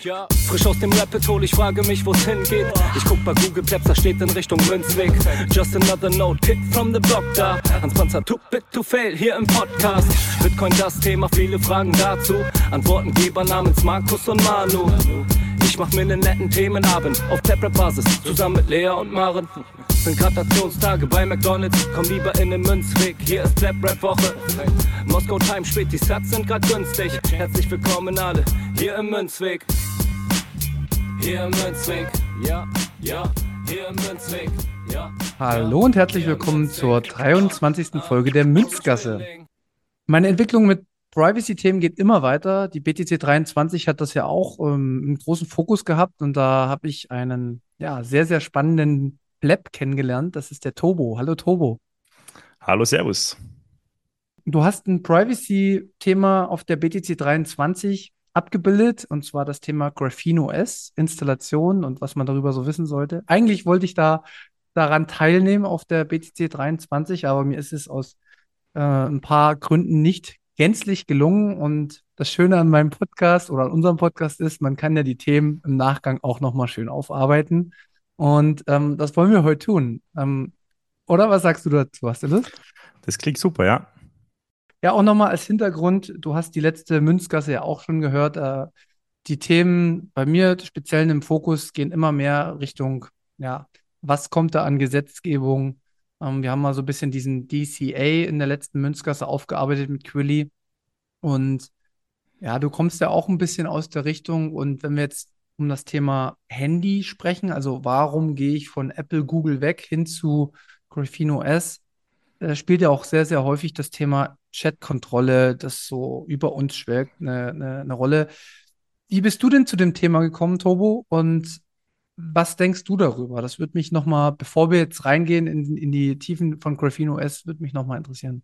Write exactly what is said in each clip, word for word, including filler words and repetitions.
Ja, frisch aus dem Rapid Hole, ich frage mich, wo's hingeht. Ich guck bei Google Maps, da steht in Richtung Münzweg. Just another note, Kid from the block da. Hans Panzer, too big to fail, hier im Podcast. Bitcoin das Thema, viele Fragen dazu. Antwortengeber namens Markus und Manu. Ich mach mir nen netten Themenabend auf Tap-Rap-Basis, zusammen mit Lea und Maren. Sind Gratationstage bei McDonalds, komm lieber in den Münzweg. Hier ist Tap-Rap-Woche. Moskau Time spät, die Sats sind grad günstig. Herzlich willkommen alle, hier im Münzweg. Hier im Münzweg, ja, ja, hier im Münzweg, ja. Hallo und herzlich willkommen zur dreiundzwanzigsten Folge der Münzgasse. Meine Entwicklung mit Privacy-Themen geht immer weiter. Die B T C dreiundzwanzig hat das ja auch ähm, im großen Fokus gehabt und da habe ich einen ja, sehr, sehr spannenden Pleb kennengelernt. Das ist der Tobo. Hallo Tobo. Hallo, servus. Du hast ein Privacy-Thema auf der B T C dreiundzwanzig abgebildet, und zwar das Thema Graphene O S, Installation und was man darüber so wissen sollte. Eigentlich wollte ich da daran teilnehmen auf der B T C dreiundzwanzig, aber mir ist es aus äh, ein paar Gründen nicht gänzlich gelungen. Und das Schöne an meinem Podcast oder an unserem Podcast ist, man kann ja die Themen im Nachgang auch nochmal schön aufarbeiten. Und ähm, das wollen wir heute tun. Ähm, oder was sagst du dazu? Hast du Lust? Das klingt super, ja. Ja, auch nochmal als Hintergrund, du hast die letzte Münzgasse ja auch schon gehört. Äh, die Themen bei mir speziell im Fokus gehen immer mehr Richtung, ja, was kommt da an Gesetzgebung? Ähm, wir haben mal so ein bisschen diesen D C A in der letzten Münzgasse aufgearbeitet mit Quilly. Und ja, du kommst ja auch ein bisschen aus der Richtung. Und wenn wir jetzt um das Thema Handy sprechen, also warum gehe ich von Apple, Google weg hin zu Graphene O S, äh, spielt ja auch sehr, sehr häufig das Thema Chat-Kontrolle, das so über uns schwelgt, eine, eine, eine Rolle. Wie bist du denn zu dem Thema gekommen, Tobo? Und was denkst du darüber? Das würde mich nochmal, bevor wir jetzt reingehen in, in die Tiefen von Graphene O S, würde mich nochmal interessieren.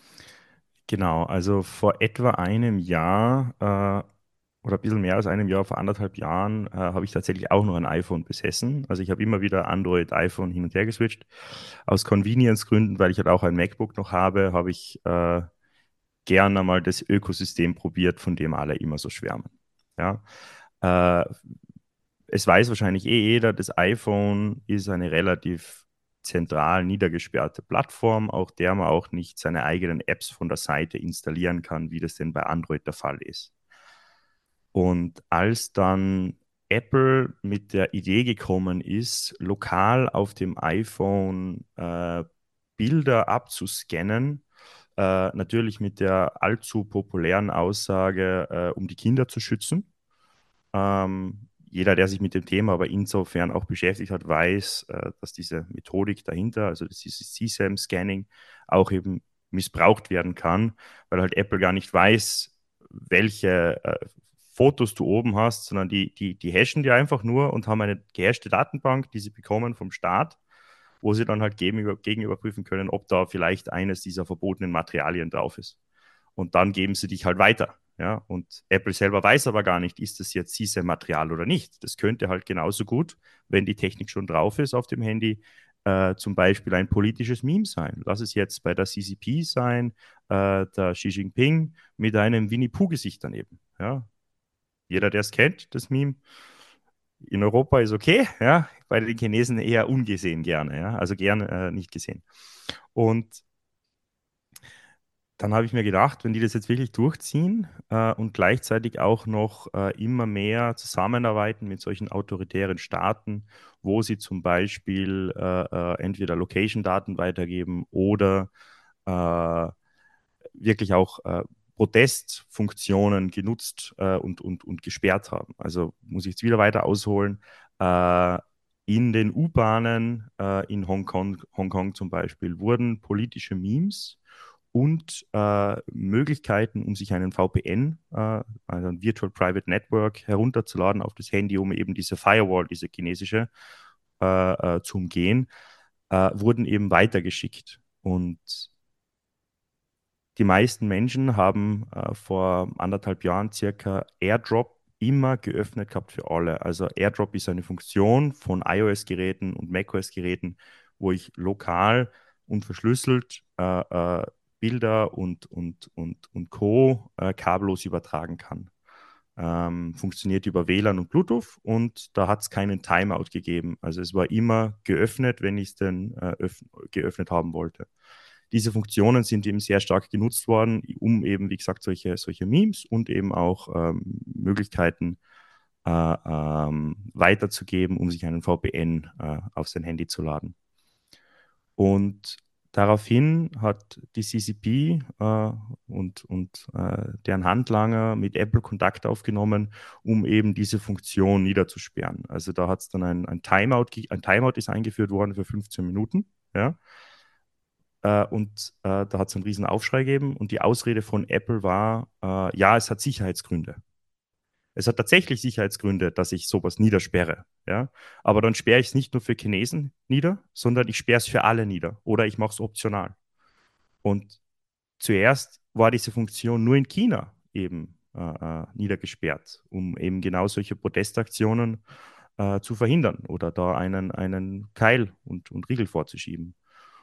Genau, also vor etwa einem Jahr äh, oder ein bisschen mehr als einem Jahr, vor anderthalb Jahren, äh, habe ich tatsächlich auch noch ein iPhone besessen. Also ich habe immer wieder Android, iPhone hin und her geswitcht. Aus Convenience-Gründen, weil ich halt auch ein MacBook noch habe, habe ich äh, gerne mal das Ökosystem probiert, von dem alle immer so schwärmen. Ja? Äh, es weiß wahrscheinlich eh jeder, das iPhone ist eine relativ zentral niedergesperrte Plattform, auf der man auch nicht seine eigenen Apps von der Seite installieren kann, wie das denn bei Android der Fall ist. Und als dann Apple mit der Idee gekommen ist, lokal auf dem iPhone äh, Bilder abzuscannen, äh, natürlich mit der allzu populären Aussage, äh, um die Kinder zu schützen. Ähm, jeder, der sich mit dem Thema aber insofern auch beschäftigt hat, weiß, äh, dass diese Methodik dahinter, also dieses C S A M-Scanning, auch eben missbraucht werden kann, weil halt Apple gar nicht weiß, welche äh, Fotos du oben hast, sondern die, die, die hashen die einfach nur und haben eine gehashte Datenbank, die sie bekommen vom Staat, wo sie dann halt gegenüber, gegenüberprüfen können, ob da vielleicht eines dieser verbotenen Materialien drauf ist. Und dann geben sie dich halt weiter. Ja? Und Apple selber weiß aber gar nicht, ist das jetzt C S A M-Material oder nicht. Das könnte halt genauso gut, wenn die Technik schon drauf ist auf dem Handy, äh, zum Beispiel ein politisches Meme sein. Lass es jetzt bei der C C P sein, äh, der Xi Jinping mit einem Winnie-Pooh-Gesicht daneben. Ja? Jeder, der es kennt, das Meme, in Europa ist okay, ja, bei den Chinesen eher ungesehen gerne, ja, also gerne äh, nicht gesehen. Und dann habe ich mir gedacht, wenn die das jetzt wirklich durchziehen äh, und gleichzeitig auch noch äh, immer mehr zusammenarbeiten mit solchen autoritären Staaten, wo sie zum Beispiel äh, äh, entweder Location-Daten weitergeben oder äh, wirklich auch äh, Protestfunktionen genutzt äh, und, und, und gesperrt haben. Also muss ich jetzt wieder weiter ausholen. Äh, in den U-Bahnen äh, in Hongkong, Hongkong zum Beispiel wurden politische Memes und äh, Möglichkeiten, um sich einen V P N, äh, also ein Virtual Private Network, herunterzuladen auf das Handy, um eben diese Firewall, diese chinesische, äh, äh, zu umgehen, äh, wurden eben weitergeschickt. Und die meisten Menschen haben äh, vor anderthalb Jahren circa AirDrop immer geöffnet gehabt für alle. Also AirDrop ist eine Funktion von iOS-Geräten und macOS-Geräten, wo ich lokal und verschlüsselt äh, äh, Bilder und, und, und, und Co. Äh, kabellos übertragen kann. ähm, funktioniert über W L A N und Bluetooth und da hat es keinen Timeout gegeben. Also es war immer geöffnet, wenn ich es denn äh, geöffnet haben wollte. Diese Funktionen sind eben sehr stark genutzt worden, um eben, wie gesagt, solche, solche Memes und eben auch ähm, Möglichkeiten äh, ähm, weiterzugeben, um sich einen V P N äh, auf sein Handy zu laden. Und daraufhin hat die C C P äh, und, und äh, deren Handlanger mit Apple Kontakt aufgenommen, um eben diese Funktion niederzusperren. Also da hat es dann ein, ein Timeout, ein Timeout ist eingeführt worden für fünfzehn Minuten. Ja? Äh, und äh, da hat es einen riesen Aufschrei gegeben und die Ausrede von Apple war, äh, ja, es hat Sicherheitsgründe. Es hat tatsächlich Sicherheitsgründe, dass ich sowas niedersperre. Ja? Aber dann sperre ich es nicht nur für Chinesen nieder, sondern ich sperre es für alle nieder oder ich mache es optional. Und zuerst war diese Funktion nur in China eben äh, äh, niedergesperrt, um eben genau solche Protestaktionen äh, zu verhindern oder da einen, einen Keil und, und Riegel vorzuschieben.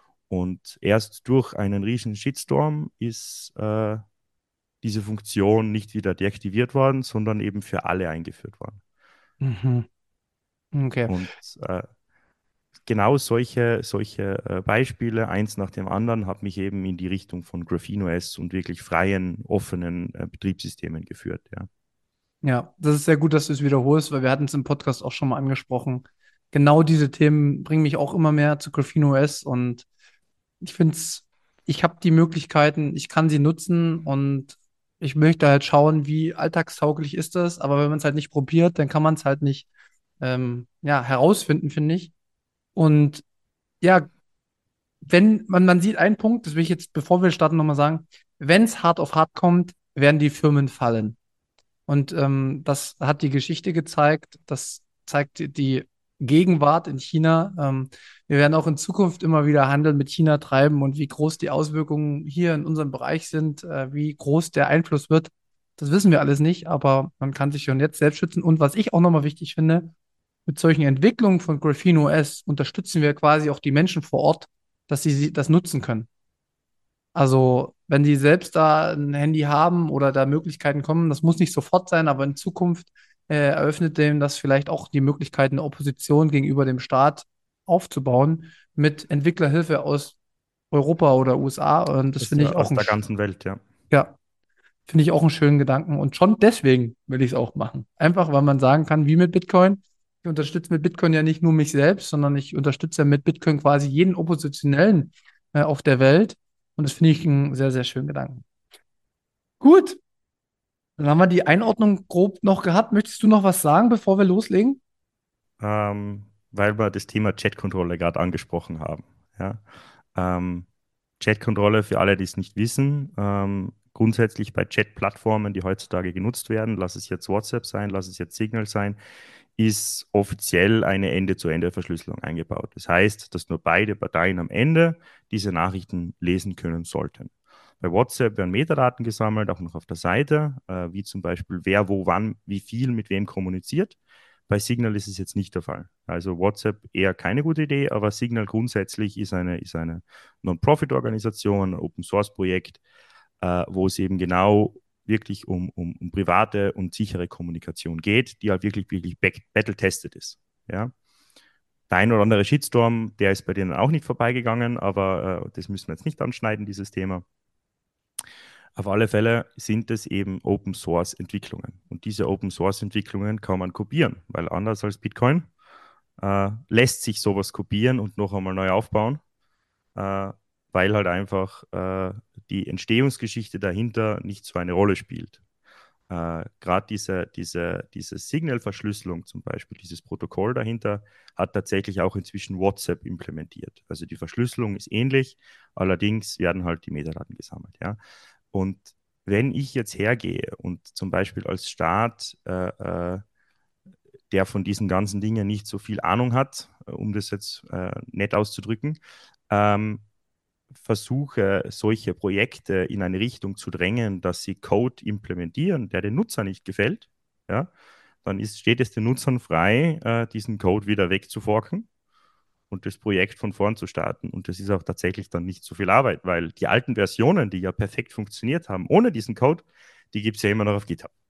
Und erst durch einen riesen Shitstorm ist äh, diese Funktion nicht wieder deaktiviert worden, sondern eben für alle eingeführt worden. Mhm. Okay. Und äh, genau solche, solche äh, Beispiele, eins nach dem anderen, hat mich eben in die Richtung von GrapheneOS und wirklich freien, offenen äh, Betriebssystemen geführt. Ja. Ja, das ist sehr gut, dass du es wiederholst, weil wir hatten es im Podcast auch schon mal angesprochen. Genau diese Themen bringen mich auch immer mehr zu GrapheneOS und ich finde es, ich habe die Möglichkeiten, ich kann sie nutzen und ich möchte halt schauen, wie alltagstauglich ist das, aber wenn man es halt nicht probiert, dann kann man es halt nicht ähm, ja, herausfinden, finde ich. Und ja, wenn man, man sieht einen Punkt, das will ich jetzt, bevor wir starten, nochmal sagen, wenn es hart auf hart kommt, werden die Firmen fallen. Und ähm, das hat die Geschichte gezeigt, das zeigt die die Gegenwart in China. Ähm, wir werden auch in Zukunft immer wieder Handel mit China treiben und wie groß die Auswirkungen hier in unserem Bereich sind, äh, wie groß der Einfluss wird, das wissen wir alles nicht, aber man kann sich schon jetzt selbst schützen. Und was ich auch nochmal wichtig finde, mit solchen Entwicklungen von GrapheneOS unterstützen wir quasi auch die Menschen vor Ort, dass sie sie das nutzen können. Also, wenn die selbst da ein Handy haben oder da Möglichkeiten kommen, das muss nicht sofort sein, aber in Zukunft äh, eröffnet dem das vielleicht auch die Möglichkeit, eine Opposition gegenüber dem Staat aufzubauen mit Entwicklerhilfe aus Europa oder U S A. Und das Aus finde ich der, auch aus ein, der sch- ganzen Welt, ja. ja, finde ich auch einen schönen Gedanken. Und schon deswegen will ich es auch machen. Einfach, weil man sagen kann, wie mit Bitcoin. Ich unterstütze mit Bitcoin ja nicht nur mich selbst, sondern ich unterstütze ja mit Bitcoin quasi jeden Oppositionellen äh, auf der Welt. Und das finde ich einen sehr, sehr schönen Gedanken. Gut, dann haben wir die Einordnung grob noch gehabt. Möchtest du noch was sagen, bevor wir loslegen? Ähm, weil wir das Thema Chat-Kontrolle gerade angesprochen haben. Ja. Ähm, Chat-Kontrolle, für alle, die es nicht wissen, ähm, grundsätzlich bei Chat-Plattformen, die heutzutage genutzt werden, lass es jetzt WhatsApp sein, lass es jetzt Signal sein, ist offiziell eine Ende-zu-Ende-Verschlüsselung eingebaut. Das heißt, dass nur beide Parteien am Ende diese Nachrichten lesen können sollten. Bei WhatsApp werden Metadaten gesammelt, auch noch auf der Seite, äh, wie zum Beispiel, wer wo wann wie viel mit wem kommuniziert. Bei Signal ist es jetzt nicht der Fall. Also WhatsApp eher keine gute Idee, aber Signal grundsätzlich ist eine, ist eine Non-Profit-Organisation, ein Open-Source-Projekt, äh, wo es eben genau wirklich um, um, um private und sichere Kommunikation geht, die halt wirklich, wirklich battle-tested ist. Ja? Der ein oder andere Shitstorm, der ist bei denen auch nicht vorbeigegangen, aber äh, das müssen wir jetzt nicht anschneiden, dieses Thema. Auf alle Fälle sind es eben Open Source Entwicklungen. Und diese Open Source Entwicklungen kann man kopieren, weil anders als Bitcoin äh, lässt sich sowas kopieren und noch einmal neu aufbauen, äh, weil halt einfach äh, die Entstehungsgeschichte dahinter nicht so eine Rolle spielt. Äh, Gerade diese, diese, diese Signal-Verschlüsselung zum Beispiel, dieses Protokoll dahinter, hat tatsächlich auch inzwischen WhatsApp implementiert. Also die Verschlüsselung ist ähnlich, allerdings werden halt die Metadaten gesammelt. Ja? Und wenn ich jetzt hergehe und zum Beispiel als Staat, äh, äh, der von diesen ganzen Dingen nicht so viel Ahnung hat, äh, um das jetzt äh, nett auszudrücken, ähm, versuche, solche Projekte in eine Richtung zu drängen, dass sie Code implementieren, der den Nutzer nicht gefällt, ja, dann ist, steht es den Nutzern frei, äh, diesen Code wieder wegzuforken und das Projekt von vorn zu starten. Und das ist auch tatsächlich dann nicht so viel Arbeit, weil die alten Versionen, die ja perfekt funktioniert haben, ohne diesen Code, die gibt es ja immer noch auf GitHub.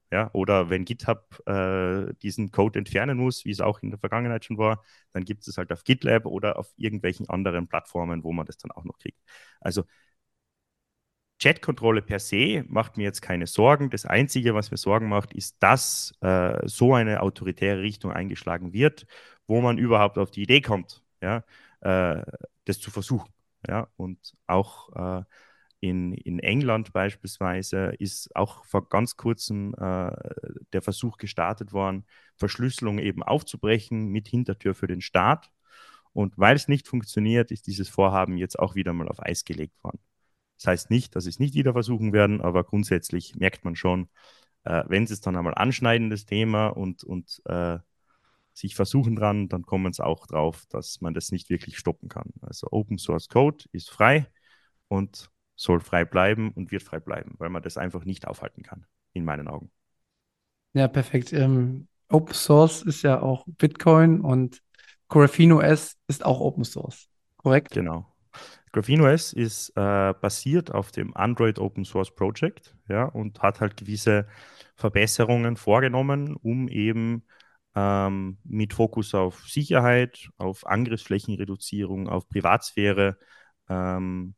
Ja? Oder wenn GitHub äh, diesen Code entfernen muss, wie es auch in der Vergangenheit schon war, dann gibt es halt auf GitLab oder auf irgendwelchen anderen Plattformen, wo man das dann auch noch kriegt. Also Chat-Kontrolle per se macht mir jetzt keine Sorgen. Das Einzige, was mir Sorgen macht, ist, dass äh, so eine autoritäre Richtung eingeschlagen wird, wo man überhaupt auf die Idee kommt, ja, äh, das zu versuchen. Ja? Und auch äh, in, in England beispielsweise ist auch vor ganz kurzem äh, der Versuch gestartet worden, Verschlüsselung eben aufzubrechen mit Hintertür für den Staat. Und weil es nicht funktioniert, ist dieses Vorhaben jetzt auch wieder mal auf Eis gelegt worden. Das heißt nicht, dass sie es nicht wieder versuchen werden, aber grundsätzlich merkt man schon, äh, wenn sie es dann einmal anschneiden, das Thema, und, und äh, sich versuchen dran, dann kommen sie auch drauf, dass man das nicht wirklich stoppen kann. Also Open Source Code ist frei und soll frei bleiben und wird frei bleiben, weil man das einfach nicht aufhalten kann, in meinen Augen. Ja, perfekt. Ähm, Open Source ist ja auch Bitcoin und Graphene O S ist auch Open Source, korrekt? Genau. Graphene O S ist äh, basiert auf dem Android Open Source Project, ja, und hat halt gewisse Verbesserungen vorgenommen, um eben ähm, mit Fokus auf Sicherheit, auf Angriffsflächenreduzierung, auf Privatsphäre ähm,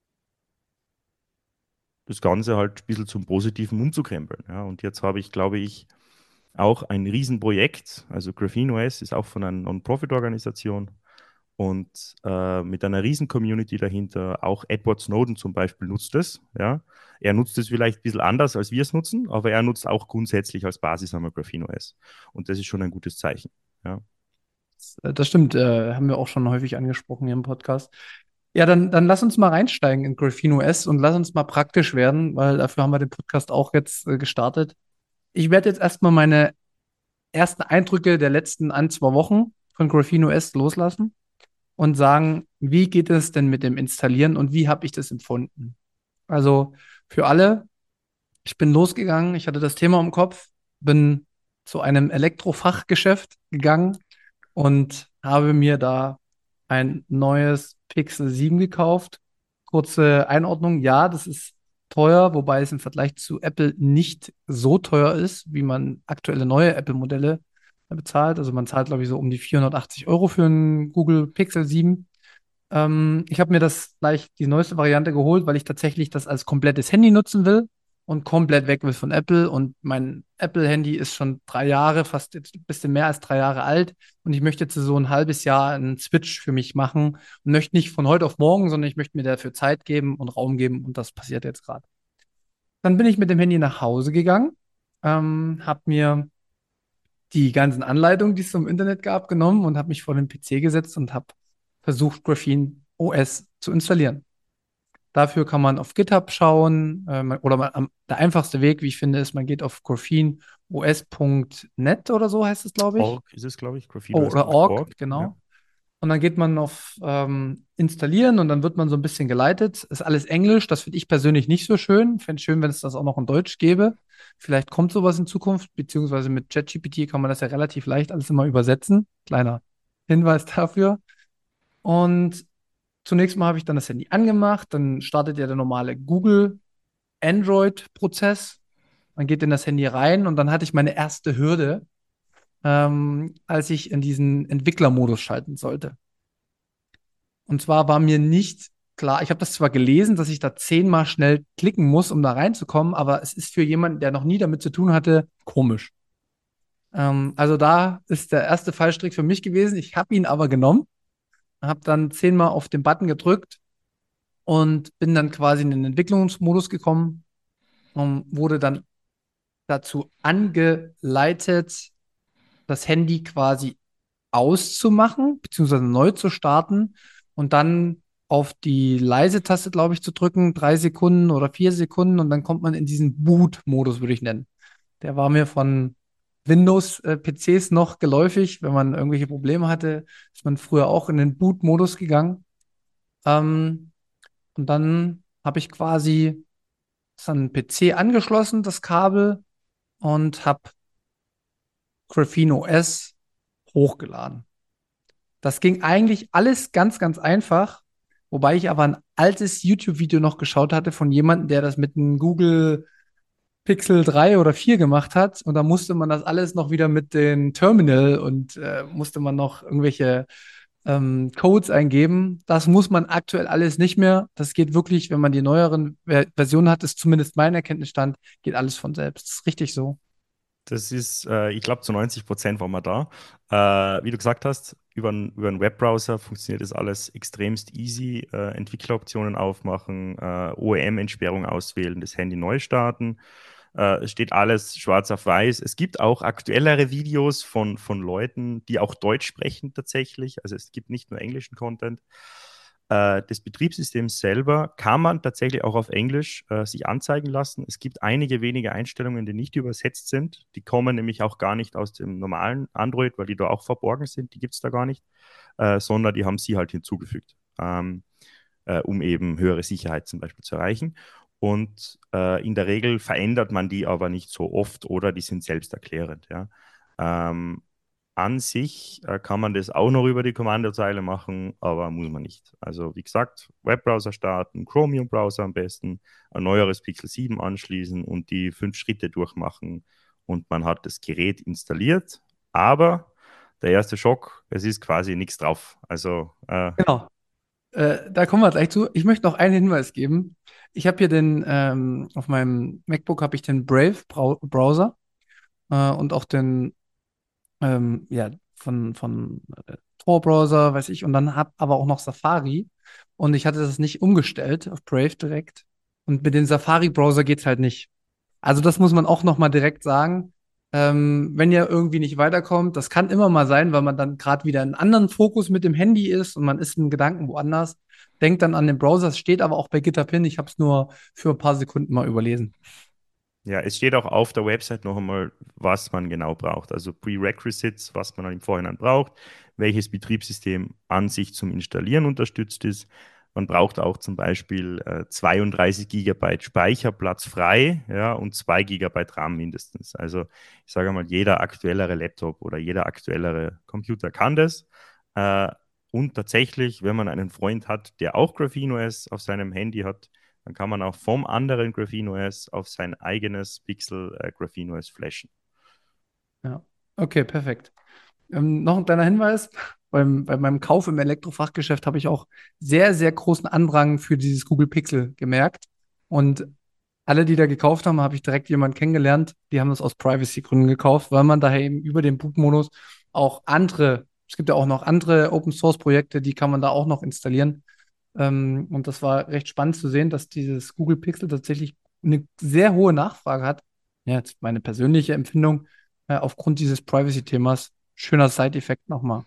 das Ganze halt ein bisschen zum Positiven umzukrempeln. Ja. Und jetzt habe ich, glaube ich, auch ein Riesenprojekt. Also Graphene O S ist auch von einer Non-Profit-Organisation und äh, mit einer riesen Community dahinter. Auch Edward Snowden zum Beispiel nutzt es. Ja. Er nutzt es vielleicht ein bisschen anders, als wir es nutzen, aber er nutzt auch grundsätzlich als Basis einmal Graphene O S. Und das ist schon ein gutes Zeichen. Ja. Das, das stimmt, äh, haben wir auch schon häufig angesprochen hier im Podcast. Ja, dann, dann lass uns mal reinsteigen in Graphene O S und lass uns mal praktisch werden, weil dafür haben wir den Podcast auch jetzt äh, gestartet. Ich werde jetzt erstmal meine ersten Eindrücke der letzten ein, zwei Wochen von Graphene O S loslassen und sagen, wie geht es denn mit dem Installieren und wie habe ich das empfunden? Also für alle, ich bin losgegangen, ich hatte das Thema im Kopf, bin zu einem Elektrofachgeschäft gegangen und habe mir da ein neues Pixel sieben gekauft. Kurze Einordnung, ja, das ist teuer, wobei es im Vergleich zu Apple nicht so teuer ist, wie man aktuelle neue Apple-Modelle bezahlt. Also man zahlt, glaube ich, so um die vierhundertachtzig Euro für einen Google Pixel sieben. Ähm, ich habe mir das gleich die neueste Variante geholt, weil ich tatsächlich das als komplettes Handy nutzen will und komplett weg will von Apple. Und mein Apple-Handy ist schon drei Jahre, fast jetzt ein bisschen mehr als drei Jahre alt. Und ich möchte jetzt so ein halbes Jahr einen Switch für mich machen und möchte nicht von heute auf morgen, sondern ich möchte mir dafür Zeit geben und Raum geben. Und das passiert jetzt gerade. Dann bin ich mit dem Handy nach Hause gegangen, ähm, habe mir die ganzen Anleitungen, die es so im Internet gab, genommen und habe mich vor den P C gesetzt und habe versucht, Graphene O S zu installieren. Dafür kann man auf GitHub schauen, äh, man- oder man, am, der einfachste Weg, wie ich finde, ist, man geht auf graphene O S Punkt net oder so heißt es, glaube ich. Org ist es, glaube ich, Oh, oder org, grapheneos punkt org. Ja. genau. Und dann geht man auf ähm, Installieren und dann wird man so ein bisschen geleitet. Ist alles Englisch, das finde ich persönlich nicht so schön. Fände es schön, wenn es das auch noch in Deutsch gäbe. Vielleicht kommt sowas in Zukunft, beziehungsweise mit ChatGPT kann man das ja relativ leicht alles immer übersetzen. Kleiner Hinweis dafür. Und zunächst mal habe ich dann das Handy angemacht, dann startet ja der normale Google Android-Prozess. Man geht in das Handy rein und dann hatte ich meine erste Hürde, ähm, als ich in diesen Entwicklermodus schalten sollte. Und zwar war mir nicht klar, ich habe das zwar gelesen, dass ich da zehnmal schnell klicken muss, um da reinzukommen, aber es ist für jemanden, der noch nie damit zu tun hatte, komisch. Ähm, also da ist der erste Fallstrick für mich gewesen. Ich habe ihn aber genommen, habe dann zehnmal auf den Button gedrückt und bin dann quasi in den Entwicklungsmodus gekommen und wurde dann dazu angeleitet, das Handy quasi auszumachen, beziehungsweise neu zu starten und dann auf die Leise-Taste, glaube ich, zu drücken, drei Sekunden oder vier Sekunden und dann kommt man in diesen Boot-Modus, würde ich nennen. Der war mir von Windows-P Cs noch geläufig. Wenn man irgendwelche Probleme hatte, ist man früher auch in den Boot-Modus gegangen. Ähm, und dann habe ich quasi das an den P C angeschlossen, das Kabel, und habe Graphene O S hochgeladen. Das ging eigentlich alles ganz, ganz einfach, wobei ich aber ein altes YouTube-Video noch geschaut hatte von jemandem, der das mit einem Google Pixel drei oder vier gemacht hat und da musste man das alles noch wieder mit den Terminal und äh, musste man noch irgendwelche ähm, Codes eingeben. Das muss man aktuell alles nicht mehr. Das geht wirklich, wenn man die neueren Ver Versionen hat, ist zumindest mein Erkenntnisstand, geht alles von selbst. Das ist richtig so. Das ist, äh, ich glaube, zu neunzig Prozent waren wir da. Äh, wie du gesagt hast, über, n- über einen Webbrowser funktioniert das alles extremst easy. Äh, Entwickleroptionen aufmachen, äh, O E M-Entsperrung auswählen, das Handy neu starten. Äh, es steht alles schwarz auf weiß. Es gibt auch aktuellere Videos von, von Leuten, die auch Deutsch sprechen tatsächlich. Also es gibt nicht nur englischen Content. Äh, das Betriebssystem selber kann man tatsächlich auch auf Englisch äh, sich anzeigen lassen. Es gibt einige wenige Einstellungen, die nicht übersetzt sind. Die kommen nämlich auch gar nicht aus dem normalen Android, weil die da auch verborgen sind. Die gibt es da gar nicht, äh, sondern die haben sie halt hinzugefügt, ähm, äh, um eben höhere Sicherheit zum Beispiel zu erreichen. Und äh, in der Regel verändert man die aber nicht so oft oder die sind selbsterklärend. Ja. Ähm, an sich äh, kann man das auch noch über die Kommandozeile machen, aber muss man nicht. Also wie gesagt, Webbrowser starten, Chromium-Browser am besten, ein neueres Pixel sieben anschließen und die fünf Schritte durchmachen und man hat das Gerät installiert. Aber der erste Schock, es ist quasi nichts drauf. Also äh, Genau. Äh, da kommen wir gleich zu. Ich möchte noch einen Hinweis geben. Ich habe hier den, ähm, auf meinem MacBook habe ich den Brave Brau Browser äh, und auch den, ähm, ja, von, von äh, Tor-Browser, weiß ich, und dann habe aber auch noch Safari. Und ich hatte das nicht umgestellt auf Brave direkt. Und mit dem Safari-Browser geht's halt nicht. Also das muss man auch noch mal direkt sagen. Ähm, wenn ihr irgendwie nicht weiterkommt, das kann immer mal sein, weil man dann gerade wieder in einen anderen Fokus mit dem Handy ist und man ist in Gedanken woanders. Denkt dann an den Browser, es steht aber auch bei GitHub hin. Ich habe es nur für ein paar Sekunden mal überlesen. ja, es steht auch auf der Website noch einmal, was man genau braucht. Also Prerequisites, was man im Vorhinein braucht, welches Betriebssystem an sich zum Installieren unterstützt ist. Man braucht auch zum Beispiel äh, zweiunddreißig Gigabyte Speicherplatz frei, ja, und zwei Gigabyte RAM mindestens. Also ich sage mal, jeder aktuellere Laptop oder jeder aktuellere Computer kann das. Äh, und tatsächlich, wenn man einen Freund hat, der auch Graphene O S auf seinem Handy hat, dann kann man auch vom anderen Graphene O S auf sein eigenes Pixel äh, Graphene O S flashen. Ja, okay, perfekt. Ähm, noch ein kleiner Hinweis. Beim, bei meinem Kauf im Elektrofachgeschäft habe ich auch sehr, sehr großen Andrang für dieses Google Pixel gemerkt. Und alle, die da gekauft haben, habe ich direkt jemanden kennengelernt, die haben das aus Privacy-Gründen gekauft, weil man daher eben über den Bootmodus auch andere, es gibt ja auch noch andere Open-Source-Projekte, die kann man da auch noch installieren. Ähm, und das war recht spannend zu sehen, dass dieses Google Pixel tatsächlich eine sehr hohe Nachfrage hat. Ja, jetzt meine persönliche Empfindung, äh, aufgrund dieses Privacy-Themas. Schöner Side-Effekt nochmal.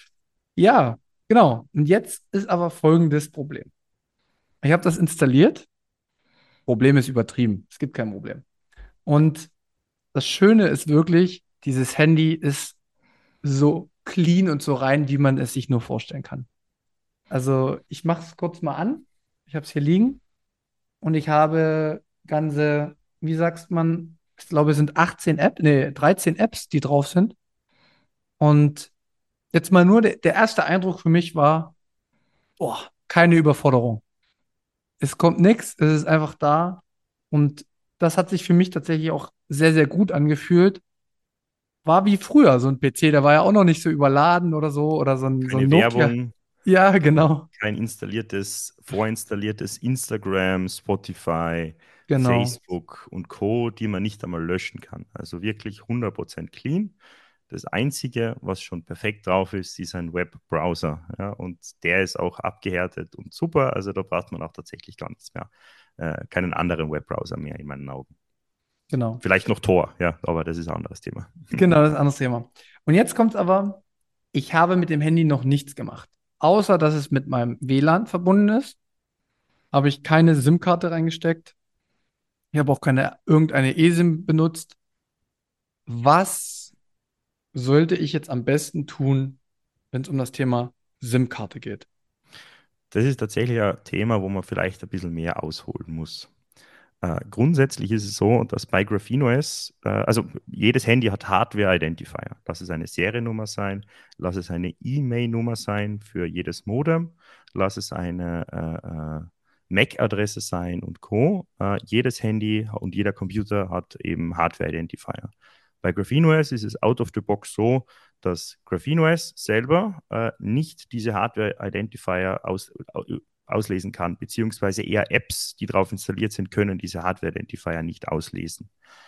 Ja, genau. Und jetzt ist aber folgendes Problem. Ich habe das installiert. Problem ist übertrieben. Es gibt kein Problem. Und das Schöne ist wirklich, dieses Handy ist so clean und so rein, wie man es sich nur vorstellen kann. Also ich mache es kurz mal an. Ich habe es hier liegen und ich habe ganze, wie sagt man, ich glaube, es sind achtzehn Apps, nee, dreizehn Apps, die drauf sind. Und jetzt mal nur der, der erste Eindruck für mich war, boah, keine Überforderung. Es kommt nichts, es ist einfach da. Und das hat sich für mich tatsächlich auch sehr, sehr gut angefühlt. War wie früher so ein P C, der war ja auch noch nicht so überladen oder so, oder so ein, so ein Keine Nokia. Werbung, Ja, genau, kein installiertes, vorinstalliertes Instagram, Spotify, genau, Facebook und Co., die man nicht einmal löschen kann. Also wirklich hundert Prozent clean. Das Einzige, was schon perfekt drauf ist, ist ein Webbrowser. Ja, und der ist auch abgehärtet und super. Also da braucht man auch tatsächlich gar nichts mehr. Äh, keinen anderen Webbrowser mehr in meinen Augen. genau. Vielleicht noch Tor, ja, aber das ist ein anderes Thema. Genau, das ist ein anderes Thema. Und jetzt kommt aber, ich habe mit dem Handy noch nichts gemacht. Außer, dass es mit meinem W L A N verbunden ist, habe ich keine SIM-Karte reingesteckt. Ich habe auch keine irgendeine eSIM benutzt. Was sollte ich jetzt am besten tun, wenn es um das Thema SIM-Karte geht? Das ist tatsächlich ein Thema, wo man vielleicht ein bisschen mehr ausholen muss. Äh, grundsätzlich ist es so, dass bei Graphene O S, äh, also jedes Handy hat Hardware-Identifier. Lass es eine Seriennummer sein, lass es eine E-Mail-Nummer sein für jedes Modem, lass es eine äh, äh, M A C-Adresse sein und Co. Äh, jedes Handy und jeder Computer hat eben Hardware-Identifier. Bei GrapheneOS ist es out of the box so, dass GrapheneOS selber äh, nicht diese Hardware-Identifier aus, auslesen kann, beziehungsweise eher Apps, die drauf installiert sind, können diese Hardware-Identifier nicht auslesen.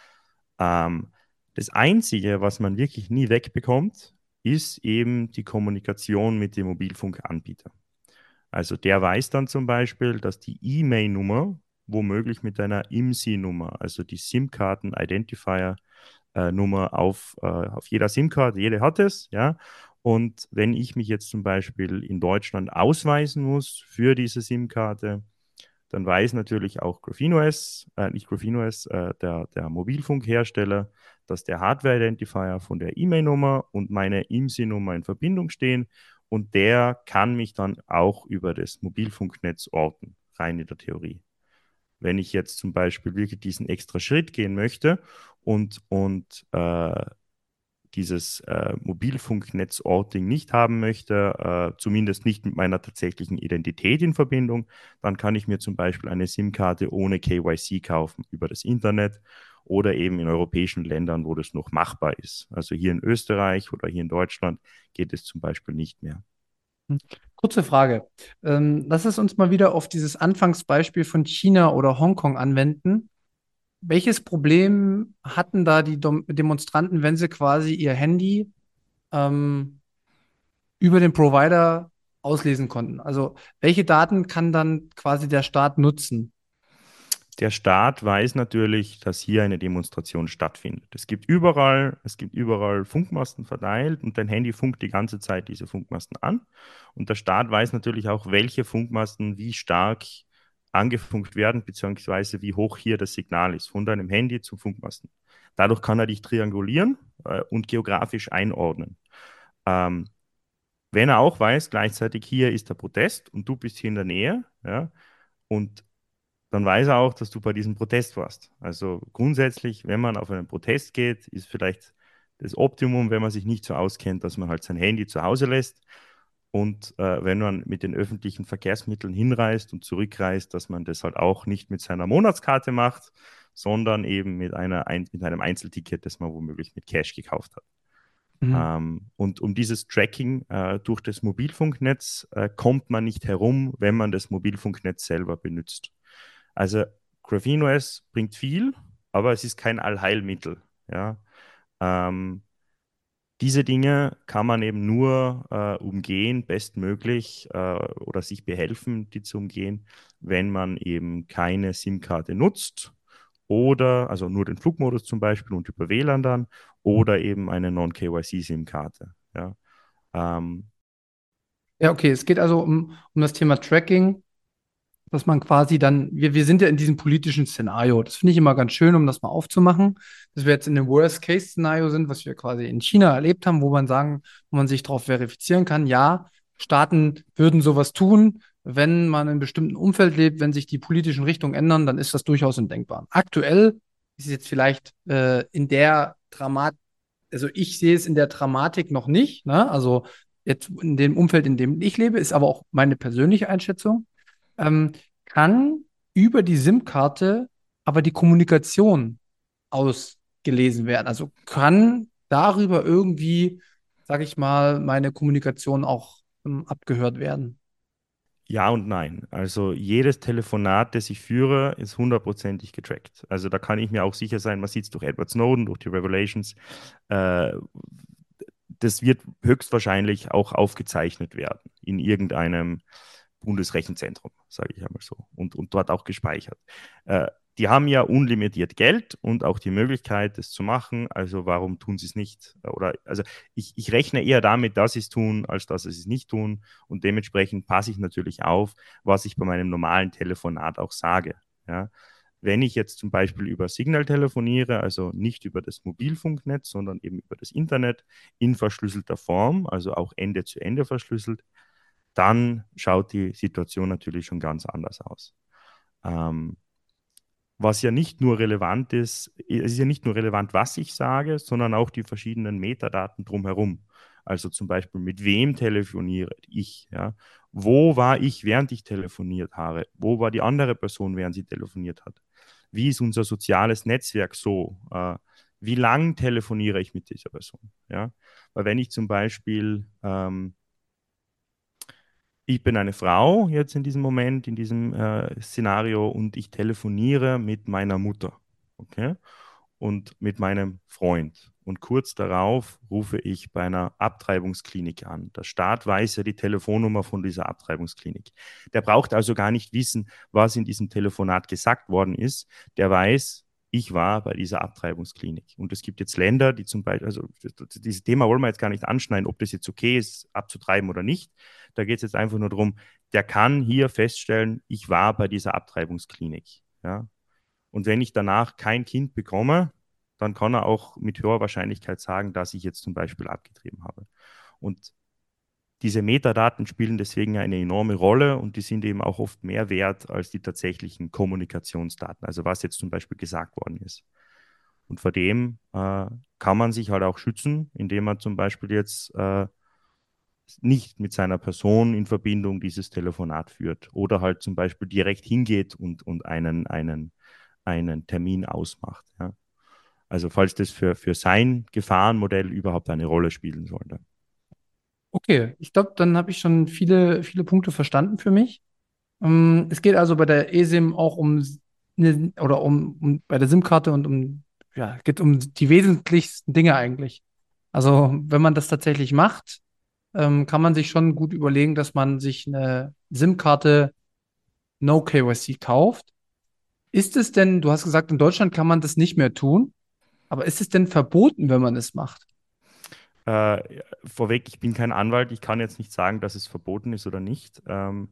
Ähm, das Einzige, was man wirklich nie wegbekommt, ist eben die Kommunikation mit dem Mobilfunkanbieter. Also der weiß dann zum Beispiel, dass die E M E I-Nummer womöglich mit einer I M S I-Nummer, also die SIM-Karten-Identifier, Äh, Nummer auf, äh, auf jeder SIM-Karte, jede hat es, ja. Und wenn ich mich jetzt zum Beispiel in Deutschland ausweisen muss für diese SIM-Karte, dann weiß natürlich auch GrapheneOS, äh, nicht GrapheneOS, äh, der, der Mobilfunkhersteller, dass der Hardware-Identifier von der E M E I-Nummer und meine I M S I-Nummer in Verbindung stehen und der kann mich dann auch über das Mobilfunknetz orten, rein in der Theorie. Wenn ich jetzt zum Beispiel wirklich diesen extra Schritt gehen möchte und, und äh, dieses äh, Mobilfunknetz-Orting nicht haben möchte, äh, zumindest nicht mit meiner tatsächlichen Identität in Verbindung, dann kann ich mir zum Beispiel eine SIM-Karte ohne K Y C kaufen über das Internet oder eben in europäischen Ländern, wo das noch machbar ist. Also hier in Österreich oder hier in Deutschland geht es zum Beispiel nicht mehr. Hm. Kurze Frage. Ähm, lass es uns mal wieder auf dieses Anfangsbeispiel von China oder Hongkong anwenden. Welches Problem hatten da die Dom Demonstranten, wenn sie quasi ihr Handy ähm, über den Provider auslesen konnten? Also welche Daten kann dann quasi der Staat nutzen? Der Staat weiß natürlich, dass hier eine Demonstration stattfindet. Es gibt überall, es gibt überall Funkmasten verteilt und dein Handy funkt die ganze Zeit diese Funkmasten an. Und der Staat weiß natürlich auch, welche Funkmasten wie stark angefunkt werden, beziehungsweise wie hoch hier das Signal ist, von deinem Handy zum Funkmasten. Dadurch kann er dich triangulieren äh, und geografisch einordnen. Ähm, wenn er auch weiß, gleichzeitig hier ist der Protest und du bist hier in der Nähe, ja, und dann weiß er auch, dass du bei diesem Protest warst. Also grundsätzlich, wenn man auf einen Protest geht, ist vielleicht das Optimum, wenn man sich nicht so auskennt, dass man halt sein Handy zu Hause lässt. Und äh, wenn man mit den öffentlichen Verkehrsmitteln hinreist und zurückreist, dass man das halt auch nicht mit seiner Monatskarte macht, sondern eben mit, einer, mit einem Einzelticket, das man womöglich mit Cash gekauft hat. Mhm. Ähm, und um dieses Tracking äh, durch das Mobilfunknetz äh, kommt man nicht herum, wenn man das Mobilfunknetz selber benutzt. Also GrapheneOS bringt viel, aber es ist kein Allheilmittel. Ja? Ähm, diese Dinge kann man eben nur äh, umgehen, bestmöglich äh, oder sich behelfen, die zu umgehen, wenn man eben keine SIM-Karte nutzt oder, also nur den Flugmodus zum Beispiel und über W L A N dann oder eben eine Non-K Y C-SIM-Karte. Ja? Ähm, Ja, okay. Es geht also um, um das Thema Tracking, dass man quasi dann, wir, wir sind ja in diesem politischen Szenario. Das finde ich immer ganz schön, um das mal aufzumachen, dass wir jetzt in dem Worst-Case-Szenario sind, was wir quasi in China erlebt haben, wo man sagen, wo man sich darauf verifizieren kann, ja, Staaten würden sowas tun, wenn man in einem bestimmten Umfeld lebt, wenn sich die politischen Richtungen ändern, dann ist das durchaus undenkbar. Aktuell ist es jetzt vielleicht äh, in der Dramatik, also ich sehe es in der Dramatik noch nicht, ne? Also jetzt in dem Umfeld, in dem ich lebe, ist aber auch meine persönliche Einschätzung ähm, kann über die SIM-Karte aber die Kommunikation ausgelesen werden. Also kann darüber irgendwie, sage ich mal, meine Kommunikation auch ähm, abgehört werden. Ja und nein. Also jedes Telefonat, das ich führe, ist hundertprozentig getrackt. Also da kann ich mir auch sicher sein, man sieht es durch Edward Snowden, durch die Revelations. Äh, das wird höchstwahrscheinlich auch aufgezeichnet werden in irgendeinem Bundesrechenzentrum, sage ich einmal so, und, und dort auch gespeichert. Äh, die haben ja unlimitiert Geld und auch die Möglichkeit, das zu machen. Also warum tun sie es nicht? Oder also ich, ich rechne eher damit, dass sie es tun, als dass sie es nicht tun. Und dementsprechend passe ich natürlich auf, was ich bei meinem normalen Telefonat auch sage. Ja? Wenn ich jetzt zum Beispiel über Signal telefoniere, also nicht über das Mobilfunknetz, sondern eben über das Internet in verschlüsselter Form, also auch Ende zu Ende verschlüsselt, dann schaut die Situation natürlich schon ganz anders aus. Ähm, was ja nicht nur relevant ist, es ist ja nicht nur relevant, was ich sage, sondern auch die verschiedenen Metadaten drumherum. Also zum Beispiel, mit wem telefoniere ich? Ja? Wo war ich, während ich telefoniert habe? Wo war die andere Person, während sie telefoniert hat? Wie ist unser soziales Netzwerk so? Äh, wie lang telefoniere ich mit dieser Person? Ja? Weil wenn ich zum Beispiel, ähm, ich bin eine Frau jetzt in diesem Moment, in diesem äh, Szenario und ich telefoniere mit meiner Mutter, okay? Und mit meinem Freund. Und kurz darauf rufe ich bei einer Abtreibungsklinik an. Der Staat weiß ja die Telefonnummer von dieser Abtreibungsklinik. Der braucht also gar nicht wissen, was in diesem Telefonat gesagt worden ist. Der weiß, ich war bei dieser Abtreibungsklinik. Und es gibt jetzt Länder, die zum Beispiel, also dieses Thema wollen wir jetzt gar nicht anschneiden, ob das jetzt okay ist, abzutreiben oder nicht. Da geht es jetzt einfach nur darum, der kann hier feststellen, ich war bei dieser Abtreibungsklinik. Ja? Und wenn ich danach kein Kind bekomme, dann kann er auch mit höherer Wahrscheinlichkeit sagen, dass ich jetzt zum Beispiel abgetrieben habe. Und diese Metadaten spielen deswegen eine enorme Rolle und die sind eben auch oft mehr wert als die tatsächlichen Kommunikationsdaten, also was jetzt zum Beispiel gesagt worden ist. Und vor dem äh, kann man sich halt auch schützen, indem man zum Beispiel jetzt äh, nicht mit seiner Person in Verbindung dieses Telefonat führt oder halt zum Beispiel direkt hingeht und, und einen, einen, einen Termin ausmacht. Ja. Also falls das für, für sein Gefahrenmodell überhaupt eine Rolle spielen sollte. Okay, ich glaube, dann habe ich schon viele, viele Punkte verstanden für mich. Ähm, es geht also bei der eSIM auch um eine, oder um, um bei der SIM-Karte und um, ja, geht um die wesentlichsten Dinge eigentlich. Also, wenn man das tatsächlich macht, ähm, kann man sich schon gut überlegen, dass man sich eine SIM-Karte No K Y C kauft. Ist es denn, du hast gesagt, in Deutschland kann man das nicht mehr tun, aber ist es denn verboten, wenn man es macht? Äh, vorweg, ich bin kein Anwalt, ich kann jetzt nicht sagen, dass es verboten ist oder nicht. Ähm,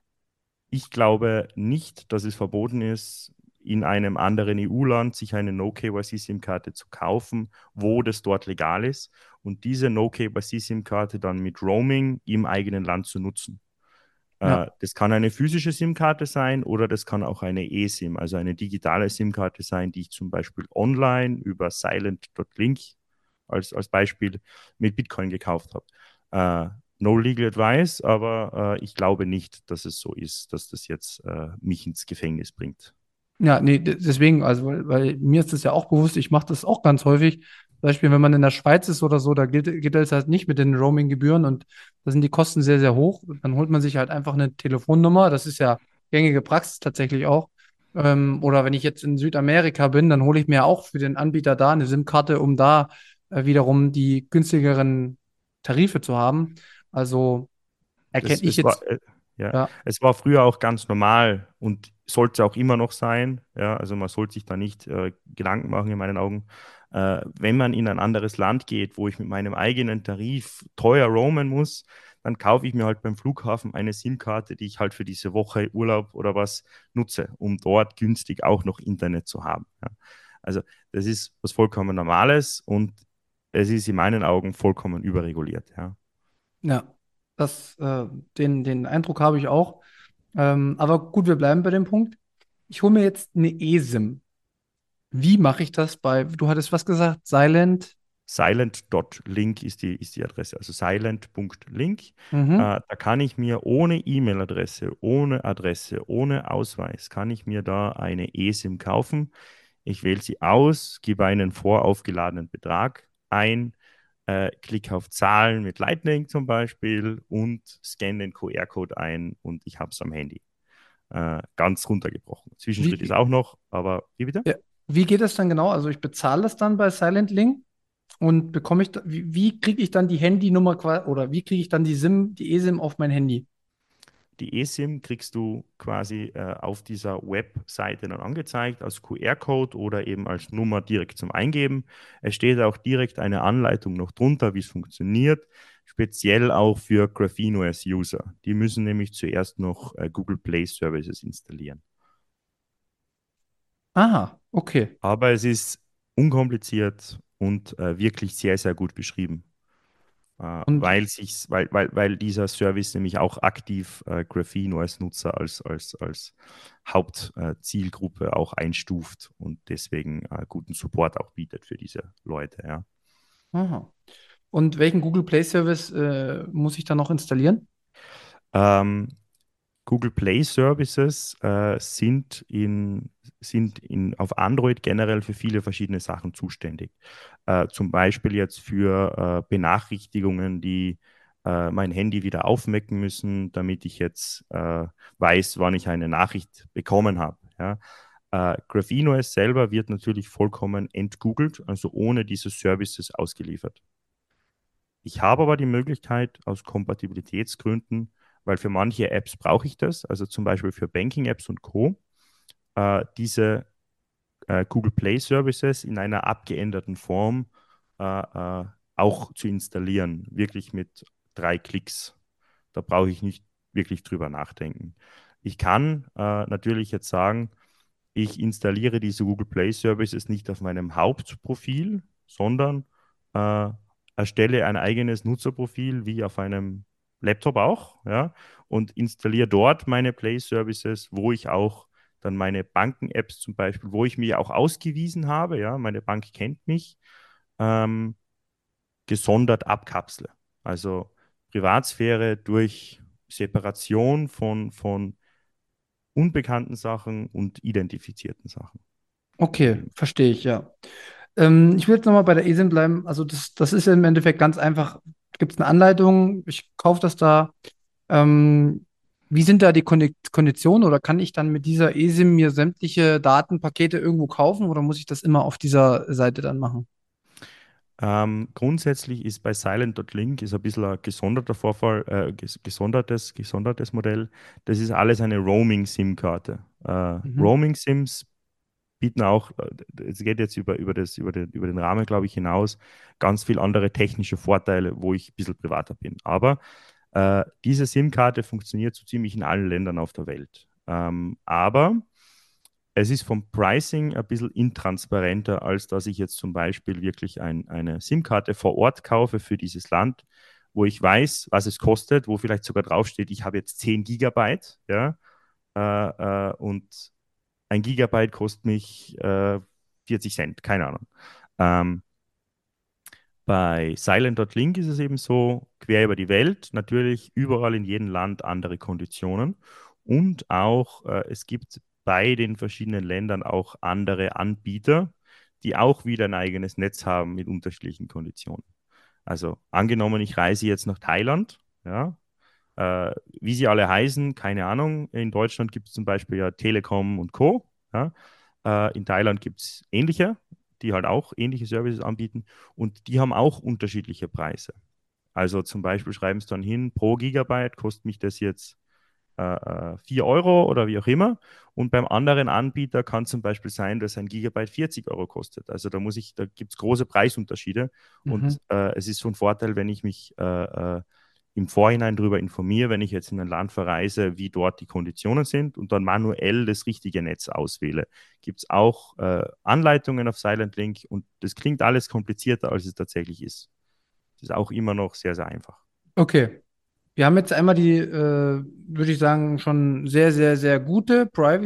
ich glaube nicht, dass es verboten ist, in einem anderen E U-Land sich eine No-K Y C-SIM-Karte zu kaufen, wo das dort legal ist und diese No-K Y C-SIM-Karte dann mit Roaming im eigenen Land zu nutzen. Äh, Ja, das kann eine physische SIM-Karte sein oder das kann auch eine eSIM, also eine digitale SIM-Karte sein, die ich zum Beispiel online über silent Punkt link als, als Beispiel mit Bitcoin gekauft habe. Äh, no legal advice, aber äh, ich glaube nicht, dass es so ist, dass das jetzt äh, mich ins Gefängnis bringt. ja, nee, d- deswegen, also, weil, weil mir ist das ja auch bewusst, ich mache das auch ganz häufig. Zum Beispiel, wenn man in der Schweiz ist oder so, da gilt, gilt das halt nicht mit den Roaming-Gebühren und da sind die Kosten sehr, sehr hoch. Dann holt man sich halt einfach eine Telefonnummer, das ist ja gängige Praxis tatsächlich auch. Ähm, oder wenn ich jetzt in Südamerika bin, dann hole ich mir auch für den Anbieter da eine SIM-Karte, um da äh, wiederum die günstigeren Tarife zu haben. Also Das, erkenne ich es war, jetzt, äh, ja, ja, es war früher auch ganz normal und sollte auch immer noch sein. Ja, also man sollte sich da nicht äh, Gedanken machen, in meinen Augen. Äh, wenn man in ein anderes Land geht, wo ich mit meinem eigenen Tarif teuer roamen muss, dann kaufe ich mir halt beim Flughafen eine SIM-Karte, die ich halt für diese Woche Urlaub oder was nutze, um dort günstig auch noch Internet zu haben. Ja. Also das ist was vollkommen Normales und es ist in meinen Augen vollkommen überreguliert. Ja. ja, das, äh, den, den Eindruck habe ich auch. Ähm, aber gut, wir bleiben bei dem Punkt. Ich hole mir jetzt eine eSIM. Wie mache ich das bei, du hattest was gesagt, Silent? silent Punkt link ist die, ist die Adresse, also silent Punkt link. Mhm. Äh, da kann ich mir ohne E-Mail-Adresse, ohne Adresse, ohne Ausweis, kann ich mir da eine eSIM kaufen. Ich wähle sie aus, gebe einen voraufgeladenen Betrag ein, äh, klicke auf Zahlen mit Lightning zum Beispiel und scanne den Q R-Code ein und ich habe es am Handy. Äh, ganz runtergebrochen. Zwischenschritt ist Wie, auch noch, aber wie bitte? ja, wie geht das dann genau? Also ich bezahle das dann bei Silent Link und bekomme ich, da, wie, wie kriege ich dann die Handynummer qua- oder wie kriege ich dann die SIM, die eSIM auf mein Handy? Die eSIM kriegst du quasi äh, auf dieser Webseite dann angezeigt als Q R-Code oder eben als Nummer direkt zum Eingeben. Es steht auch direkt eine Anleitung noch drunter, wie es funktioniert, speziell auch für Graphene O S-User. Die müssen nämlich zuerst noch äh, Google Play Services installieren. Aha, okay. Aber es ist unkompliziert und äh, wirklich sehr, sehr gut beschrieben. äh, Und, weil, sich, weil, weil, weil dieser Service nämlich auch aktiv äh, Graphene als Nutzer, als, als, als Hauptzielgruppe äh, auch einstuft und deswegen äh, guten Support auch bietet für diese Leute. Ja. aha. Und welchen Google Play Service äh, muss ich dann noch installieren? Ähm, Google Play Services äh, sind, in, sind in, auf Android generell für viele verschiedene Sachen zuständig. Äh, zum Beispiel jetzt für äh, Benachrichtigungen, die äh, mein Handy wieder aufwecken müssen, damit ich jetzt äh, weiß, wann ich eine Nachricht bekommen habe. Ja? Äh, Graphene O S selber wird natürlich vollkommen entgoogelt, also ohne diese Services ausgeliefert. Ich habe aber die Möglichkeit, aus Kompatibilitätsgründen, weil für manche Apps brauche ich das, also zum Beispiel für Banking-Apps und Co., äh, diese äh, Google Play Services in einer abgeänderten Form äh, äh, auch zu installieren, wirklich mit drei Klicks. Da brauche ich nicht wirklich drüber nachdenken. Ich kann äh, natürlich jetzt sagen, ich installiere diese Google Play Services nicht auf meinem Hauptprofil, sondern äh, erstelle ein eigenes Nutzerprofil wie auf einem Laptop auch, ja, und installiere dort meine Play Services, wo ich auch dann meine Banken-Apps zum Beispiel, wo ich mich auch ausgewiesen habe, ja, meine Bank kennt mich, ähm, gesondert abkapsle. Also Privatsphäre durch Separation von, von unbekannten Sachen und identifizierten Sachen. Okay, verstehe ich, ja. Ähm, ich will jetzt nochmal bei der eSIM bleiben. Also das, das ist ja im Endeffekt ganz einfach. Gibt es eine Anleitung? Ich kaufe das da. Ähm, Wie sind da die Kondi- Konditionen oder kann ich dann mit dieser eSIM mir sämtliche Datenpakete irgendwo kaufen oder muss ich das immer auf dieser Seite dann machen? Ähm, grundsätzlich ist bei Silent Punkt Link ist ein bisschen ein gesonderter Vorfall, äh, ges gesondertes, gesondertes Modell. Das ist alles eine Roaming-SIM-Karte. Äh, Mhm. Roaming-SIMs bieten auch, äh, es geht jetzt über, über, das, über, den, über den Rahmen, glaube ich, hinaus, ganz viele andere technische Vorteile, wo ich ein bisschen privater bin. Aber äh, diese SIM-Karte funktioniert so ziemlich in allen Ländern auf der Welt. Ähm, aber es ist vom Pricing ein bisschen intransparenter, als dass ich jetzt zum Beispiel wirklich ein, eine SIM-Karte vor Ort kaufe für dieses Land, wo ich weiß, was es kostet, wo vielleicht sogar draufsteht, ich habe jetzt zehn Gigabyte, ja, äh, äh, und ein Gigabyte kostet mich äh, vierzig Cent, keine Ahnung. Ähm, Bei Silent Punkt Link ist es eben so, quer über die Welt, natürlich überall in jedem Land andere Konditionen und auch äh, es gibt bei den verschiedenen Ländern auch andere Anbieter, die auch wieder ein eigenes Netz haben mit unterschiedlichen Konditionen. Also angenommen, ich reise jetzt nach Thailand, ja, äh, wie sie alle heißen, keine Ahnung. In Deutschland gibt es zum Beispiel ja Telekom und Co. Ja. Äh, in Thailand gibt es ähnliche, die halt auch ähnliche Services anbieten und die haben auch unterschiedliche Preise. Also zum Beispiel schreiben sie dann hin, pro Gigabyte kostet mich das jetzt äh, vier Euro oder wie auch immer. Und beim anderen Anbieter kann zum Beispiel sein, dass ein Gigabyte vierzig Euro kostet. Also da muss ich, da gibt es große Preisunterschiede. Mhm. Und äh, es ist von Vorteil, wenn ich mich äh, äh, im Vorhinein darüber informiere, wenn ich jetzt in ein Land verreise, wie dort die Konditionen sind und dann manuell das richtige Netz auswähle. Gibt es auch äh, Anleitungen auf Silent Link und das klingt alles komplizierter, als es tatsächlich ist. Das ist auch immer noch sehr, sehr einfach. Okay. Wir haben jetzt einmal die, äh, würde ich sagen, schon sehr, sehr, sehr gute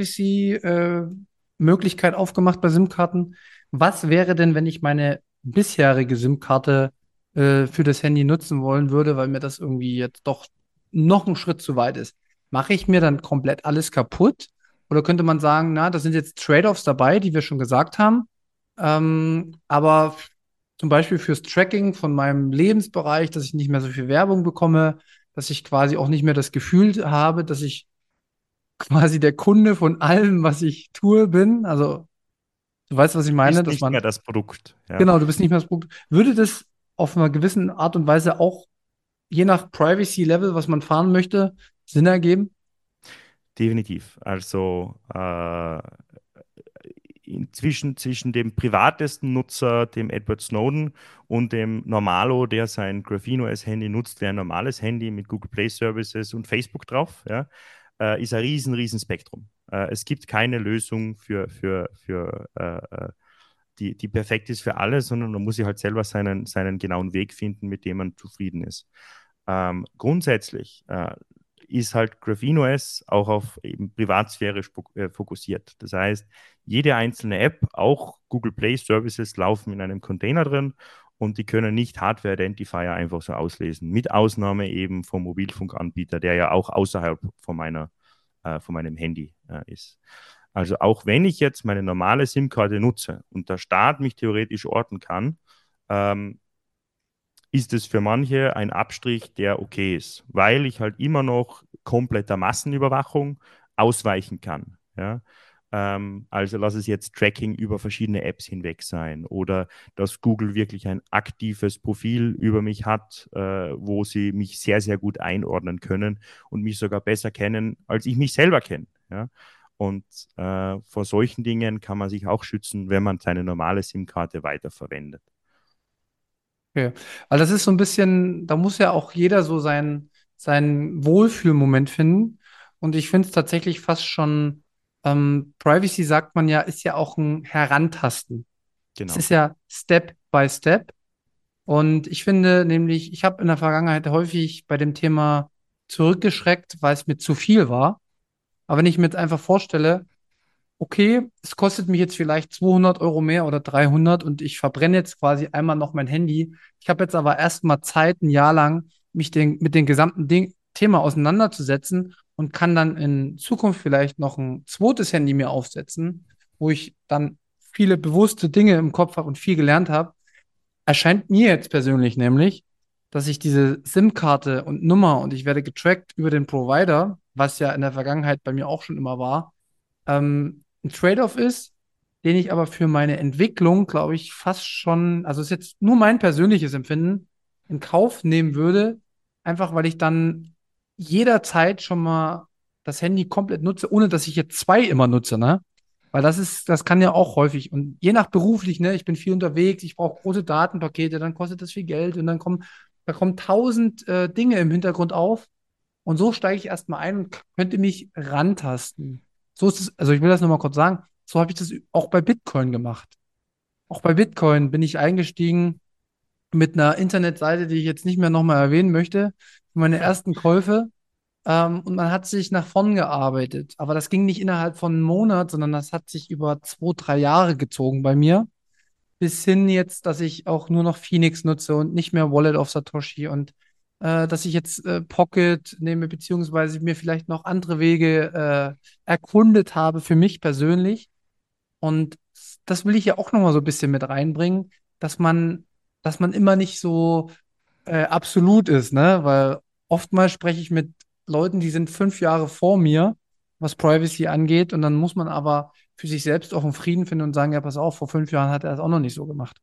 Privacy-Möglichkeit aufgemacht bei SIM-Karten. Was wäre denn, wenn ich meine bisherige SIM-Karte äh, für das Handy nutzen wollen würde, weil mir das irgendwie jetzt doch noch ein Schritt zu weit ist? Mache ich mir dann komplett alles kaputt? Oder könnte man sagen, na, da sind jetzt Trade-offs dabei, die wir schon gesagt haben. Ähm, aber zum Beispiel fürs Tracking von meinem Lebensbereich, dass ich nicht mehr so viel Werbung bekomme, dass ich quasi auch nicht mehr das Gefühl habe, dass ich quasi der Kunde von allem, was ich tue, bin. Also, du weißt, was ich Du meine, bist dass nicht mehr man, das Produkt. Ja. genau, du bist nicht mehr das Produkt. Würde das auf einer gewissen Art und Weise auch je nach Privacy-Level, was man fahren möchte, Sinn ergeben? Definitiv. Also äh, inzwischen zwischen dem privatesten Nutzer, dem Edward Snowden, und dem Normalo, der sein Graphene O S-Handy nutzt, wie ein normales Handy mit Google Play Services und Facebook drauf, ja, äh, ist ein riesen, riesen Spektrum. Äh, es gibt keine Lösung für, für, für äh, äh, die, die perfekt ist für alle, sondern man muss sich halt selber seinen, seinen genauen Weg finden, mit dem man zufrieden ist. Ähm, grundsätzlich äh, ist halt Graphene O S auch auf eben Privatsphäre äh, fokussiert. Das heißt, jede einzelne App, auch Google Play Services, laufen in einem Container drin und die können nicht Hardware-Identifier einfach so auslesen, mit Ausnahme eben vom Mobilfunkanbieter, der ja auch außerhalb von meiner, äh, von meinem Handy äh, ist. Also auch wenn ich jetzt meine normale SIM-Karte nutze und der Staat mich theoretisch orten kann, ähm, ist es für manche ein Abstrich, der okay ist, weil ich halt immer noch kompletter Massenüberwachung ausweichen kann. Ja? Ähm, also lass es jetzt Tracking über verschiedene Apps hinweg sein oder dass Google wirklich ein aktives Profil über mich hat, äh, wo sie mich sehr, sehr gut einordnen können und mich sogar besser kennen, als ich mich selber kenne. Ja? Und äh, vor solchen Dingen kann man sich auch schützen, wenn man seine normale SIM-Karte weiterverwendet. Okay. Weil das ist so ein bisschen, da muss ja auch jeder so sein, seinen Wohlfühlmoment finden. Und ich finde es tatsächlich fast schon, ähm, Privacy sagt man ja, ist ja auch ein Herantasten. Es Genau. ist ja Step by Step. Und ich finde nämlich, ich habe in der Vergangenheit häufig bei dem Thema zurückgeschreckt, weil es mir zu viel war. Aber wenn ich mir jetzt einfach vorstelle, okay, es kostet mich jetzt vielleicht zweihundert Euro mehr oder dreihundert und ich verbrenne jetzt quasi einmal noch mein Handy. Ich habe jetzt aber erstmal Zeit, ein Jahr lang, mich den, mit dem gesamten Ding, Thema auseinanderzusetzen und kann dann in Zukunft vielleicht noch ein zweites Handy mir aufsetzen, wo ich dann viele bewusste Dinge im Kopf habe und viel gelernt habe. Erscheint mir jetzt persönlich nämlich, dass ich diese SIM-Karte und Nummer und ich werde getrackt über den Provider, was ja in der Vergangenheit bei mir auch schon immer war, ähm, ein Trade-off ist, den ich aber für meine Entwicklung, glaube ich, fast schon, also ist jetzt nur mein persönliches Empfinden, in Kauf nehmen würde, einfach weil ich dann jederzeit schon mal das Handy komplett nutze, ohne dass ich jetzt zwei immer nutze, ne? Weil das ist, das kann ja auch häufig und je nach beruflich, ne, ich bin viel unterwegs, ich brauche große Datenpakete, dann kostet das viel Geld und dann kommen, da kommen tausend äh, Dinge im Hintergrund auf und so steige ich erstmal ein und könnte mich rantasten. So ist es, also ich will das nochmal kurz sagen, so habe ich das auch bei Bitcoin gemacht. Auch bei Bitcoin bin ich eingestiegen mit einer Internetseite, die ich jetzt nicht mehr nochmal erwähnen möchte, für meine ersten Käufe. Ähm, und man hat sich nach vorn gearbeitet. Aber das ging nicht innerhalb von einem Monat, sondern das hat sich über zwei, drei Jahre gezogen bei mir. Bis hin jetzt, dass ich auch nur noch Phoenix nutze und nicht mehr Wallet of Satoshi und äh, dass ich jetzt äh, Pocket nehme, beziehungsweise mir vielleicht noch andere Wege äh, erkundet habe für mich persönlich. Und das will ich ja auch nochmal so ein bisschen mit reinbringen, dass man, dass man immer nicht so äh, absolut ist, ne? Weil oftmals spreche ich mit Leuten, die sind fünf Jahre vor mir, was Privacy angeht, und dann muss man aber für sich selbst auch einen Frieden finden und sagen, ja, pass auf, vor fünf Jahren hat er das auch noch nicht so gemacht.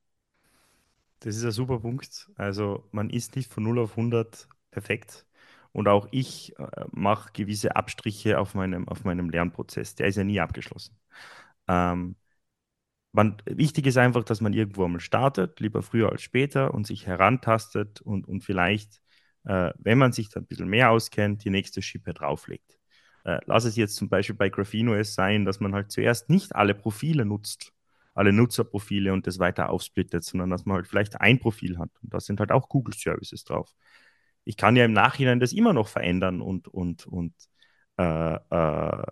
Das ist ein super Punkt. Also man ist nicht von null auf hundert perfekt. Und auch ich äh, mache gewisse Abstriche auf meinem, auf meinem Lernprozess. Der ist ja nie abgeschlossen. Ähm, man, wichtig ist einfach, dass man irgendwo einmal startet, lieber früher als später und sich herantastet und, und vielleicht, äh, wenn man sich dann ein bisschen mehr auskennt, die nächste Schippe drauflegt. Äh, lass es jetzt zum Beispiel bei GrapheneOS sein, dass man halt zuerst nicht alle Profile nutzt, alle Nutzerprofile und das weiter aufsplittet, sondern dass man halt vielleicht ein Profil hat. Und da sind halt auch Google Services drauf. Ich kann ja im Nachhinein das immer noch verändern und, und, und äh, äh,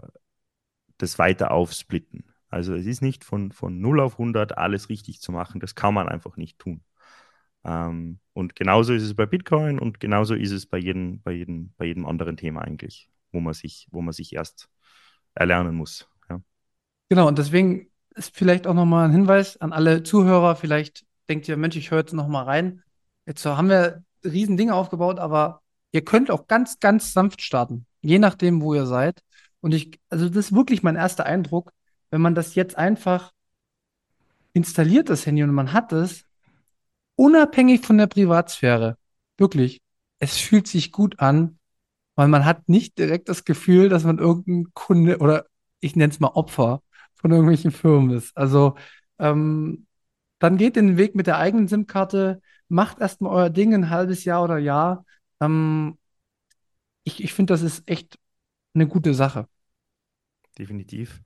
das weiter aufsplitten. Also es ist nicht von, von null auf hundert alles richtig zu machen. Das kann man einfach nicht tun. Ähm, und genauso ist es bei Bitcoin und genauso ist es bei jedem, bei jedem, bei jedem anderen Thema eigentlich, wo man sich, wo man sich erst erlernen muss. Ja. Genau, und deswegen ist vielleicht auch nochmal ein Hinweis an alle Zuhörer. Vielleicht denkt ihr, Mensch, ich höre jetzt nochmal rein. Jetzt haben wir riesen Dinge aufgebaut, aber ihr könnt auch ganz, ganz sanft starten, je nachdem, wo ihr seid. Und ich, also das ist wirklich mein erster Eindruck, wenn man das jetzt einfach installiert, das Handy, und man hat es, unabhängig von der Privatsphäre. Wirklich. Es fühlt sich gut an, weil man hat nicht direkt das Gefühl, dass man irgendein Kunde oder ich nenne es mal Opfer von irgendwelchen Firmen ist. Also ähm, dann geht den Weg mit der eigenen SIM-Karte, macht erstmal euer Ding ein halbes Jahr oder Jahr. Ähm, ich ich finde, das ist echt eine gute Sache. Definitiv.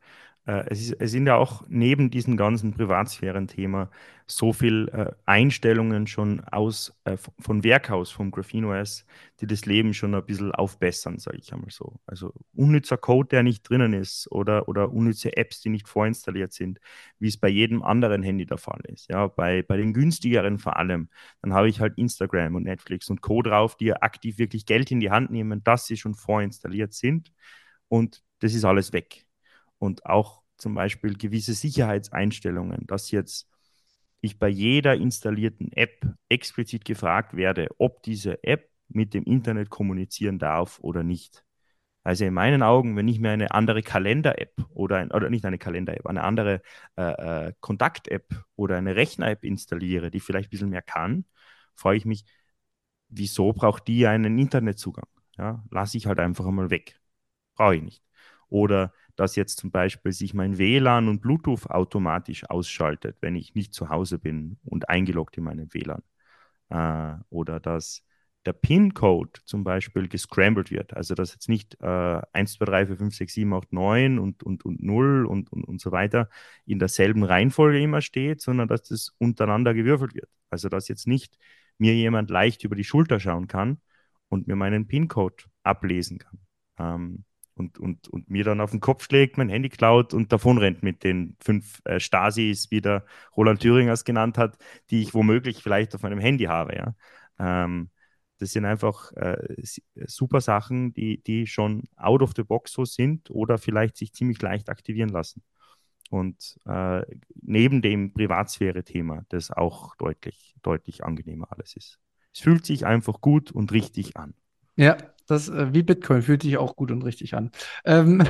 Äh, es ist, es sind ja auch neben diesem ganzen Privatsphären-Thema so viel äh, Einstellungen schon aus, äh, v- von Werk aus, vom Graphene O S, die das Leben schon ein bisschen aufbessern, sage ich einmal so. Also unnützer Code, der nicht drinnen ist oder, oder unnütze Apps, die nicht vorinstalliert sind, wie es bei jedem anderen Handy der Fall ist. Ja, bei, bei den günstigeren vor allem, dann habe ich halt Instagram und Netflix und Co. drauf, die ja aktiv wirklich Geld in die Hand nehmen, dass sie schon vorinstalliert sind und das ist alles weg. Und auch zum Beispiel gewisse Sicherheitseinstellungen, dass jetzt ich bei jeder installierten App explizit gefragt werde, ob diese App mit dem Internet kommunizieren darf oder nicht. Also in meinen Augen, wenn ich mir eine andere Kalender-App oder, ein, oder nicht eine Kalender-App, eine andere äh, äh, Kontakt-App oder eine Rechner-App installiere, die vielleicht ein bisschen mehr kann, frage ich mich, wieso braucht die einen Internetzugang? Ja, lasse ich halt einfach einmal weg. Brauche ich nicht. Oder dass jetzt zum Beispiel sich mein W L A N und Bluetooth automatisch ausschaltet, wenn ich nicht zu Hause bin und eingeloggt in meinem W L A N. Äh, oder dass der PIN-Code zum Beispiel gescrambled wird. Also dass jetzt nicht äh, eins, zwei, drei, vier, fünf, sechs, sieben, acht, neun und, und, und null und, und, und so weiter in derselben Reihenfolge immer steht, sondern dass das untereinander gewürfelt wird. Also dass jetzt nicht mir jemand leicht über die Schulter schauen kann und mir meinen PIN-Code ablesen kann. Ähm, und, und, und mir dann auf den Kopf schlägt, mein Handy klaut und davonrennt mit den fünf äh, Stasis, wie der Roland Thüringer es genannt hat, die ich womöglich vielleicht auf meinem Handy habe. Ja? Ähm, das sind einfach äh, super Sachen, die, die schon out of the box so sind oder vielleicht sich ziemlich leicht aktivieren lassen. Und äh, neben dem Privatsphäre-Thema, das auch deutlich, deutlich angenehmer alles ist. Es fühlt sich einfach gut und richtig an. Ja, das äh, wie Bitcoin fühlt sich auch gut und richtig an. Ähm,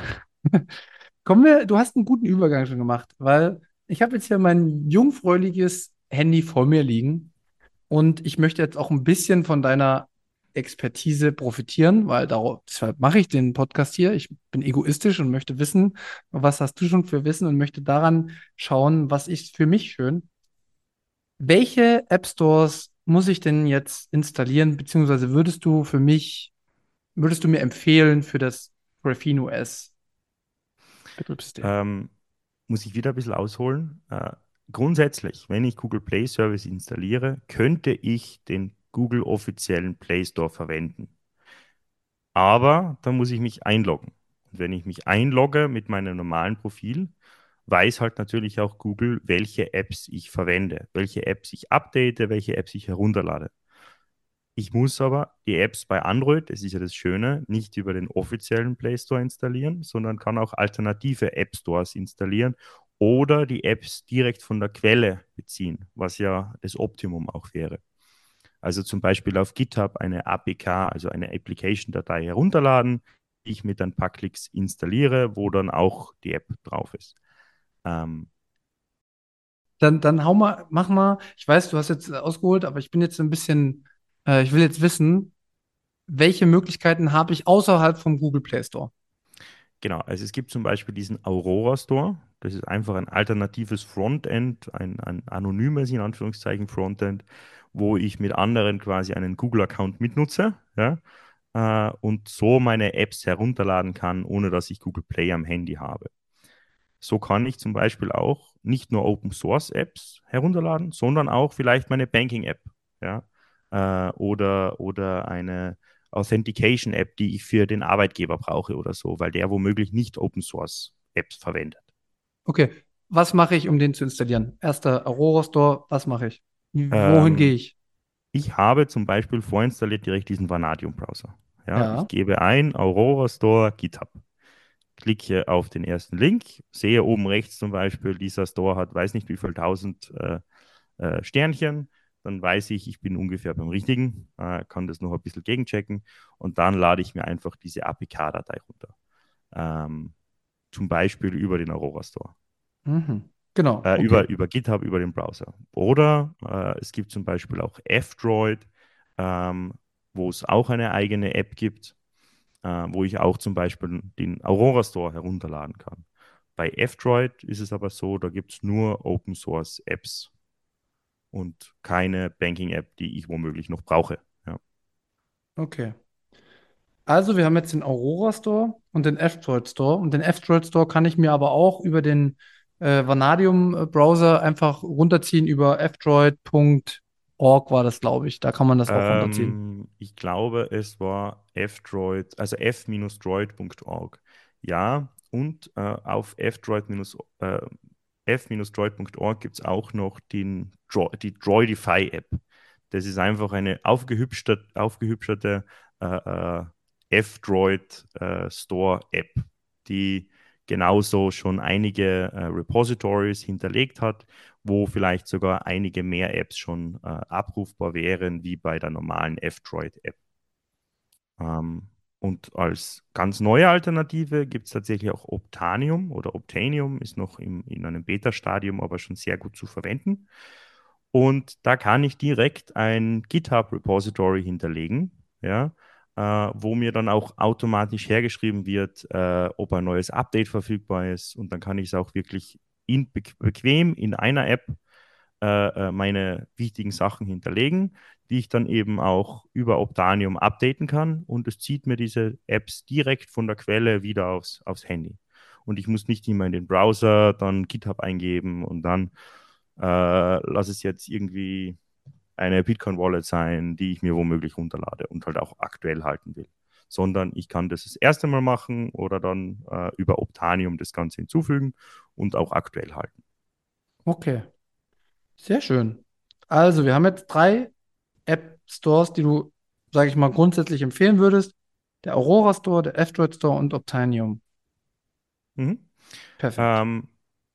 kommen wir, du hast einen guten Übergang schon gemacht, weil ich habe jetzt hier mein jungfräuliches Handy vor mir liegen und ich möchte jetzt auch ein bisschen von deiner Expertise profitieren, weil darauf, deshalb mache ich den Podcast hier. Ich bin egoistisch und möchte wissen, was hast du schon für Wissen und möchte daran schauen, was ist für mich schön. Welche App Stores muss ich denn jetzt installieren, beziehungsweise würdest du für mich, würdest du mir empfehlen für das Graphene O S Betriebssystem? Ähm, muss ich wieder ein bisschen ausholen. Äh, grundsätzlich, wenn ich Google Play Service installiere, könnte ich den Google offiziellen Play Store verwenden. Aber dann muss ich mich einloggen. Und wenn ich mich einlogge mit meinem normalen Profil, weiß halt natürlich auch Google, welche Apps ich verwende, welche Apps ich update, welche Apps ich herunterlade. Ich muss aber die Apps bei Android, das ist ja das Schöne, nicht über den offiziellen Play Store installieren, sondern kann auch alternative App Stores installieren oder die Apps direkt von der Quelle beziehen, was ja das Optimum auch wäre. Also zum Beispiel auf GitHub eine A P K, also eine Application-Datei herunterladen, die ich mit ein paar Klicks installiere, wo dann auch die App drauf ist. Ähm, Dann, dann hau mal, mach mal, ich weiß, du hast jetzt äh, ausgeholt, aber ich bin jetzt ein bisschen, äh, ich will jetzt wissen, welche Möglichkeiten habe ich außerhalb vom Google Play Store? Genau, also es gibt zum Beispiel diesen Aurora Store. Das ist einfach ein alternatives Frontend, ein, ein anonymes, in Anführungszeichen, Frontend, wo ich mit anderen quasi einen Google-Account mitnutze, ja, äh, und so meine Apps herunterladen kann, ohne dass ich Google Play am Handy habe. So kann ich zum Beispiel auch nicht nur Open Source Apps herunterladen, sondern auch vielleicht meine Banking App, ja, äh, oder, oder eine Authentication App, die ich für den Arbeitgeber brauche oder so, weil der womöglich nicht Open Source Apps verwendet. Okay, was mache ich, um den zu installieren? Erster Aurora Store, was mache ich? Wohin gehe Ähm, ich? ich habe zum Beispiel vorinstalliert direkt diesen Vanadium Browser. Ja, ich Ja, gebe ein Aurora Store GitHub. Klicke auf den ersten Link, sehe oben rechts zum Beispiel, dieser Store hat weiß nicht wie viel tausend äh, äh, Sternchen, dann weiß ich, ich bin ungefähr beim richtigen, äh, kann das noch ein bisschen gegenchecken und dann lade ich mir einfach diese A P K-Datei runter. Ähm, zum Beispiel über den Aurora Store, mhm. Genau, äh, okay. über, über GitHub, über den Browser. Oder äh, es gibt zum Beispiel auch F-Droid, ähm, wo es auch eine eigene App gibt, äh, wo ich auch zum Beispiel den Aurora Store herunterladen kann. Bei F-Droid ist es aber so, da gibt es nur Open Source Apps und keine Banking-App, die ich womöglich noch brauche. Ja. Okay. Also, wir haben jetzt den Aurora Store. und den F-Droid Store. Und den F-Droid Store kann ich mir aber auch über den äh, Vanadium-Browser einfach runterziehen. Über f droid punkt org war das, glaube ich. Da kann man das auch runterziehen. Ähm, ich glaube, es war F-Droid, also f-droid punkt org. Ja, und äh, auf f-droid, äh, f-droid punkt org gibt es auch noch den, Dro die Droidify-App. Das ist einfach eine aufgehübscherte, aufgehübscherte äh, äh, F-Droid äh, Store-App, die genauso schon einige äh, Repositories hinterlegt hat, wo vielleicht sogar einige mehr Apps schon äh, abrufbar wären, wie bei der normalen F-Droid-App. Ähm, und als ganz neue Alternative gibt es tatsächlich auch Optanium oder Optanium, ist noch im, in einem Beta-Stadium, aber schon sehr gut zu verwenden. Und da kann ich direkt ein GitHub-Repository hinterlegen, ja, äh, wo mir dann auch automatisch hergeschrieben wird, äh, ob ein neues Update verfügbar ist. Und dann kann ich es auch wirklich in, be bequem in einer App äh, äh, meine wichtigen Sachen hinterlegen, die ich dann eben auch über Optanium updaten kann. Und es zieht mir diese Apps direkt von der Quelle wieder aufs, aufs Handy. Und ich muss nicht immer in den Browser dann GitHub eingeben und dann äh, lass es jetzt irgendwie eine Bitcoin-Wallet sein, die ich mir womöglich runterlade und halt auch aktuell halten will. Sondern ich kann das das erste Mal machen oder dann äh, über Optanium das Ganze hinzufügen und auch aktuell halten. Okay, sehr schön. Also, wir haben jetzt drei App-Stores, die du, sage ich mal, grundsätzlich empfehlen würdest. Der Aurora Store, der F-Droid Store und Optanium. Mhm. Perfekt. Ähm,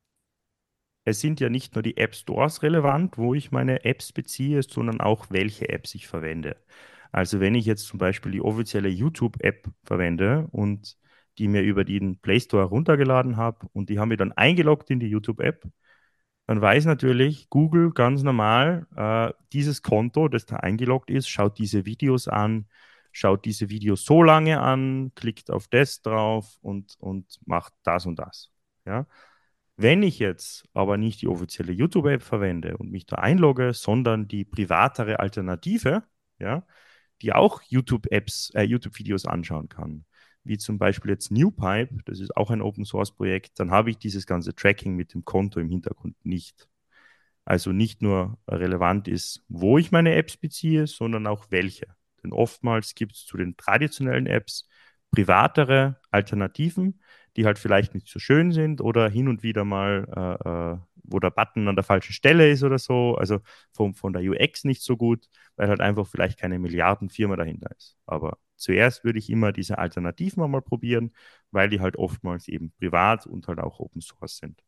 Es sind ja nicht nur die App Stores relevant, wo ich meine Apps beziehe, sondern auch welche Apps ich verwende. Also wenn ich jetzt zum Beispiel die offizielle YouTube-App verwende und die mir über den Play Store runtergeladen habe und die haben mir dann eingeloggt in die YouTube-App, dann weiß natürlich Google ganz normal, äh, dieses Konto, das da eingeloggt ist, schaut diese Videos an, schaut diese Videos so lange an, klickt auf das drauf und, und macht das und das. Ja? Wenn ich jetzt aber nicht die offizielle YouTube-App verwende und mich da einlogge, sondern die privatere Alternative, ja, die auch YouTube-Apps, äh, YouTube-Videos anschauen kann, wie zum Beispiel jetzt NewPipe, das ist auch ein Open-Source-Projekt, dann habe ich dieses ganze Tracking mit dem Konto im Hintergrund nicht. Also nicht nur relevant ist, wo ich meine Apps beziehe, sondern auch welche. Denn oftmals gibt es zu den traditionellen Apps privatere Alternativen, die halt vielleicht nicht so schön sind oder hin und wieder mal, äh, äh, wo der Button an der falschen Stelle ist oder so, also von, von der U X nicht so gut, weil halt einfach vielleicht keine Milliardenfirma dahinter ist. Aber zuerst würde ich immer diese Alternativen einmal probieren, weil die halt oftmals eben privat und halt auch Open Source sind.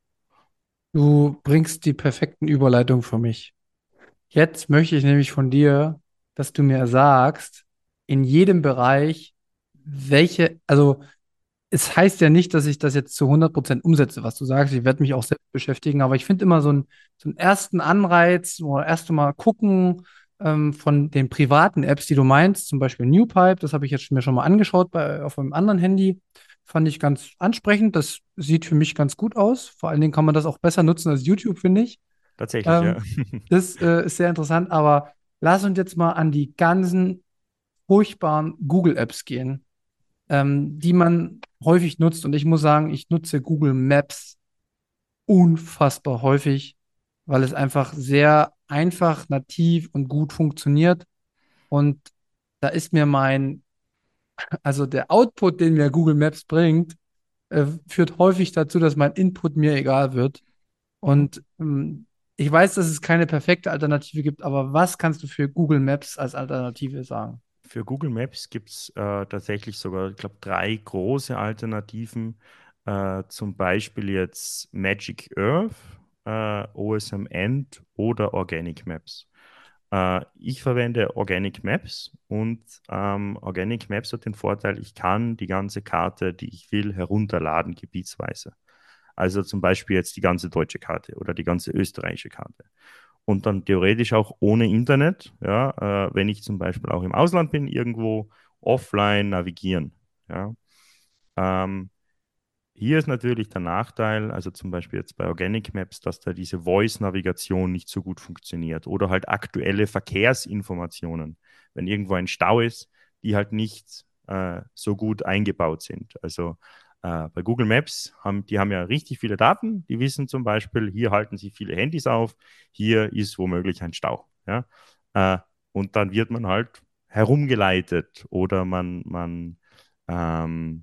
Du bringst die perfekten Überleitungen für mich. Jetzt möchte ich nämlich von dir, dass du mir sagst, in jedem Bereich, welche, also es heißt ja nicht, dass ich das jetzt zu hundert Prozent umsetze, was du sagst. Ich werde mich auch selbst beschäftigen, aber ich finde immer so, ein, so einen ersten Anreiz oder erst mal gucken ähm, von den privaten Apps, die du meinst, zum Beispiel NewPipe, das habe ich jetzt mir schon mal angeschaut bei, auf einem anderen Handy. Fand ich ganz ansprechend. Das sieht für mich ganz gut aus. Vor allen Dingen kann man das auch besser nutzen als YouTube, finde ich. Tatsächlich, ja. Ähm, das äh, ist sehr interessant, aber lass uns jetzt mal an die ganzen furchtbaren Google-Apps gehen, ähm, die man häufig nutzt. Und ich muss sagen, ich nutze Google Maps unfassbar häufig, weil es einfach sehr einfach, nativ und gut funktioniert. Und da ist mir mein, also der Output, den mir Google Maps bringt, äh, führt häufig dazu, dass mein Input mir egal wird. Mhm. Und ähm, ich weiß, dass es keine perfekte Alternative gibt, aber was kannst du für Google Maps als Alternative sagen? Für Google Maps gibt es äh, tatsächlich sogar, ich glaube, drei große Alternativen. Äh, zum Beispiel jetzt Magic Earth, äh, O S M End oder Organic Maps. Äh, ich verwende Organic Maps und ähm, Organic Maps hat den Vorteil, ich kann die ganze Karte, die ich will, herunterladen, gebietsweise. Also zum Beispiel jetzt die ganze deutsche Karte oder die ganze österreichische Karte. Und dann theoretisch auch ohne Internet, ja, äh, wenn ich zum Beispiel auch im Ausland bin, irgendwo offline navigieren. Ja. Ähm, Hier ist natürlich der Nachteil, also zum Beispiel jetzt bei Organic Maps, dass da diese Voice-Navigation nicht so gut funktioniert oder halt aktuelle Verkehrsinformationen, wenn irgendwo ein Stau ist, die halt nicht äh, so gut eingebaut sind. Also äh, bei Google Maps haben die haben ja richtig viele Daten. Die wissen zum Beispiel, hier halten sich viele Handys auf, hier ist womöglich ein Stau. Ja? Äh, und dann wird man halt herumgeleitet oder man, man, ähm,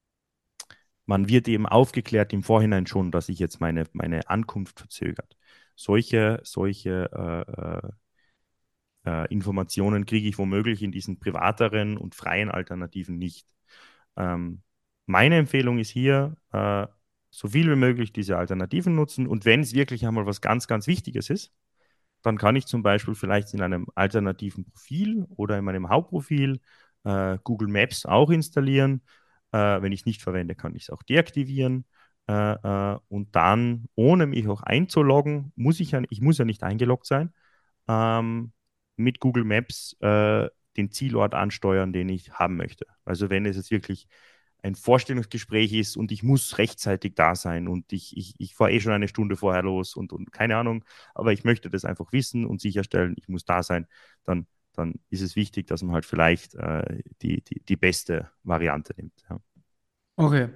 man wird eben aufgeklärt im Vorhinein schon, dass sich jetzt meine, meine Ankunft verzögert. Solche, solche äh, äh, äh, Informationen kriege ich womöglich in diesen privateren und freien Alternativen nicht. Ähm, Meine Empfehlung ist hier, äh, so viel wie möglich diese Alternativen nutzen, und wenn es wirklich einmal was ganz, ganz Wichtiges ist, dann kann ich zum Beispiel vielleicht in einem alternativen Profil oder in meinem Hauptprofil äh, Google Maps auch installieren. Äh, wenn ich es nicht verwende, kann ich es auch deaktivieren. Äh, äh, und dann, ohne mich auch einzuloggen, muss ich ja, ich muss ja nicht eingeloggt sein, ähm, mit Google Maps äh, den Zielort ansteuern, den ich haben möchte. Also wenn es jetzt wirklich ein Vorstellungsgespräch ist und ich muss rechtzeitig da sein und ich, ich, ich fahre eh schon eine Stunde vorher los und, und keine Ahnung, aber ich möchte das einfach wissen und sicherstellen, ich muss da sein, dann, dann ist es wichtig, dass man halt vielleicht äh, die, die, die beste Variante nimmt. Ja. Okay,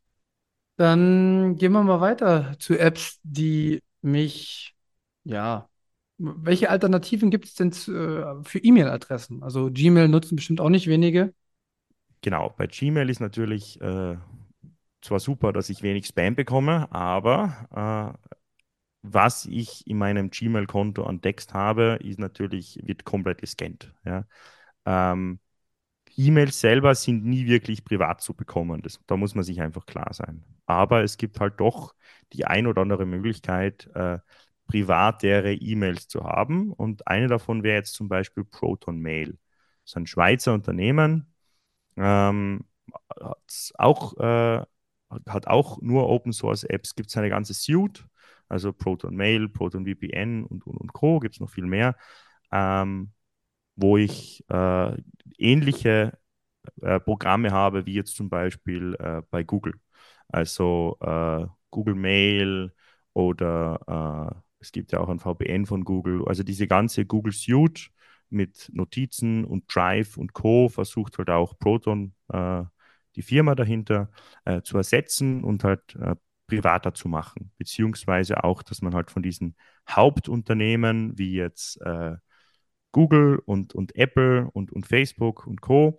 dann gehen wir mal weiter zu Apps, die mich, ja, welche Alternativen gibt es denn zu, äh, für E-Mail-Adressen? Also Gmail nutzen bestimmt auch nicht wenige. Genau, bei Gmail ist natürlich äh, zwar super, dass ich wenig Spam bekomme, aber äh, was ich in meinem Gmail-Konto an Text habe, ist natürlich, wird komplett gescannt. Ja. Ähm, E-Mails selber sind nie wirklich privat zu bekommen. Das, da muss man sich einfach klar sein. Aber es gibt halt doch die ein oder andere Möglichkeit, äh, privatere E-Mails zu haben. Und eine davon wäre jetzt zum Beispiel Proton Mail. Das ist ein Schweizer Unternehmen, ähm, hat's auch, äh, hat auch nur Open Source Apps, gibt es eine ganze Suite, also Proton Mail, Proton V P N und, und, und Co. Gibt es noch viel mehr, ähm, wo ich äh, ähnliche äh, Programme habe, wie jetzt zum Beispiel äh, bei Google. Also äh, Google Mail oder äh, es gibt ja auch ein V P N von Google. Also diese ganze Google Suite mit Notizen und Drive und Co. versucht halt auch Proton, äh, die Firma dahinter, äh, zu ersetzen und halt äh, privater zu machen. Beziehungsweise auch, dass man halt von diesen Hauptunternehmen wie jetzt äh, Google und, und Apple und, und Facebook und Co.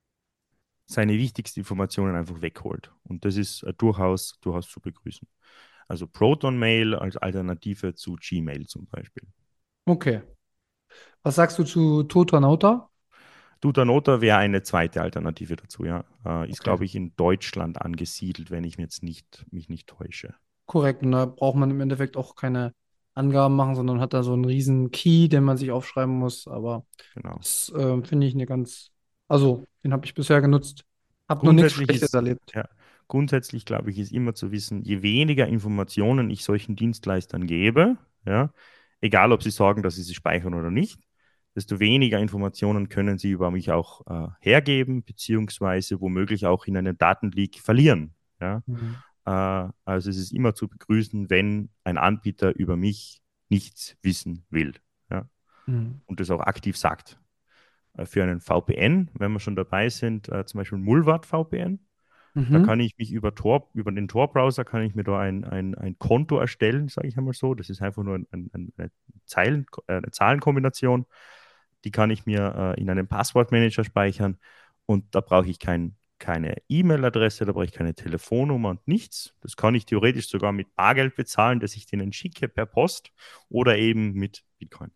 seine wichtigsten Informationen einfach wegholt. Und das ist äh, durchaus, durchaus zu begrüßen. Also Proton Mail als Alternative zu Gmail zum Beispiel. Okay. Was sagst du zu Totanota? Tutanota wäre eine zweite Alternative dazu, ja. Äh, ist, Okay, glaube ich, in Deutschland angesiedelt, wenn ich mich jetzt nicht, mich nicht täusche. korrekt. Und da braucht man im Endeffekt auch keine Angaben machen, sondern hat da so einen riesen Key, den man sich aufschreiben muss. Aber Genau. das äh, finde ich eine ganz, also den habe ich bisher genutzt. Habe noch nichts Grundsätzlich Schlechtes ist, erlebt. ja, grundsätzlich glaube ich, ist immer zu wissen, je weniger Informationen ich solchen Dienstleistern gebe, ja, egal ob sie sagen, dass sie sie speichern oder nicht, desto weniger Informationen können sie über mich auch äh, hergeben, beziehungsweise womöglich auch in einem Datenleak verlieren. Ja. Mhm. Äh, also es ist immer zu begrüßen, wenn ein Anbieter über mich nichts wissen will. Ja. Mhm. Und das auch aktiv sagt. Äh, für einen V P N, wenn wir schon dabei sind, äh, zum Beispiel Mullvad V P N. Da Mhm. kann ich mich über Tor, über den Tor-Browser kann ich mir da ein, ein, ein Konto erstellen, sage ich einmal so. Das ist einfach nur ein, ein, eine, Zeilen, äh, eine Zahlenkombination. Die kann ich mir äh, in einem Passwortmanager speichern, und da brauche ich kein, keine E-Mail-Adresse, da brauche ich keine Telefonnummer und nichts. Das kann ich theoretisch sogar mit Bargeld bezahlen, das ich denen schicke per Post oder eben mit Bitcoin.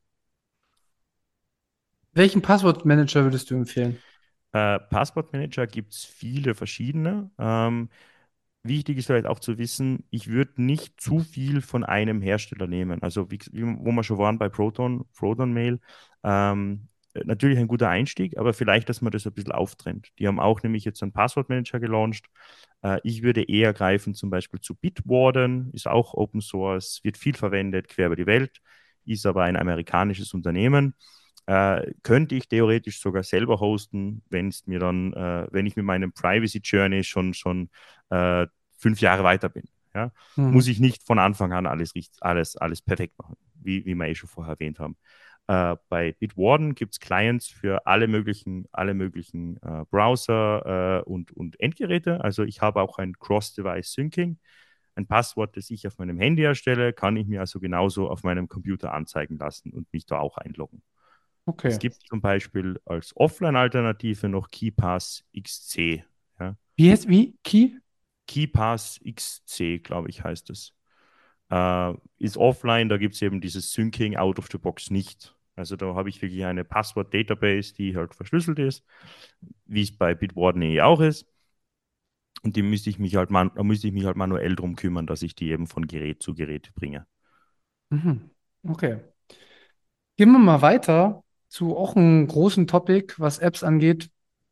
Welchen Passwortmanager würdest du empfehlen? Äh, Passwortmanager gibt es viele verschiedene. Ähm, wichtig ist vielleicht auch zu wissen, ich würde nicht zu viel von einem Hersteller nehmen. Also wie, wie, wo wir schon waren bei Proton, Proton Mail, ähm, natürlich ein guter Einstieg, aber vielleicht, dass man das ein bisschen auftrennt. Die haben auch nämlich jetzt einen Passwortmanager gelauncht. Äh, ich würde eher greifen zum Beispiel zu Bitwarden, ist auch Open Source, wird viel verwendet, quer über die Welt, ist aber ein amerikanisches Unternehmen. Äh, könnte ich theoretisch sogar selber hosten, wenn es mir dann, äh, wenn ich mit meinem Privacy Journey schon, schon äh, fünf Jahre weiter bin. Ja? Mhm. Muss ich nicht von Anfang an alles, alles, alles perfekt machen, wie, wie wir eh schon vorher erwähnt haben. Äh, bei Bitwarden gibt es Clients für alle möglichen, alle möglichen äh, Browser äh, und, und Endgeräte. Also ich habe auch ein Cross-Device-Syncing. Ein Passwort, das ich auf meinem Handy erstelle, kann ich mir also genauso auf meinem Computer anzeigen lassen und mich da auch einloggen. Es Okay. gibt zum Beispiel als Offline-Alternative noch KeyPass X C. Ja. Wie heißt, wie? Key? KeyPass X C, glaube ich, heißt es. Äh, ist offline, da gibt es eben dieses Syncing out of the box nicht. Also da habe ich wirklich eine Passwort-Database, die halt verschlüsselt ist, wie es bei Bitwarden eh auch ist. Und die müsste ich mich halt man da müsste ich mich halt manuell drum kümmern, dass ich die eben von Gerät zu Gerät bringe. Mhm. Okay. Gehen wir mal weiter zu auch einem großen Topic, was Apps angeht.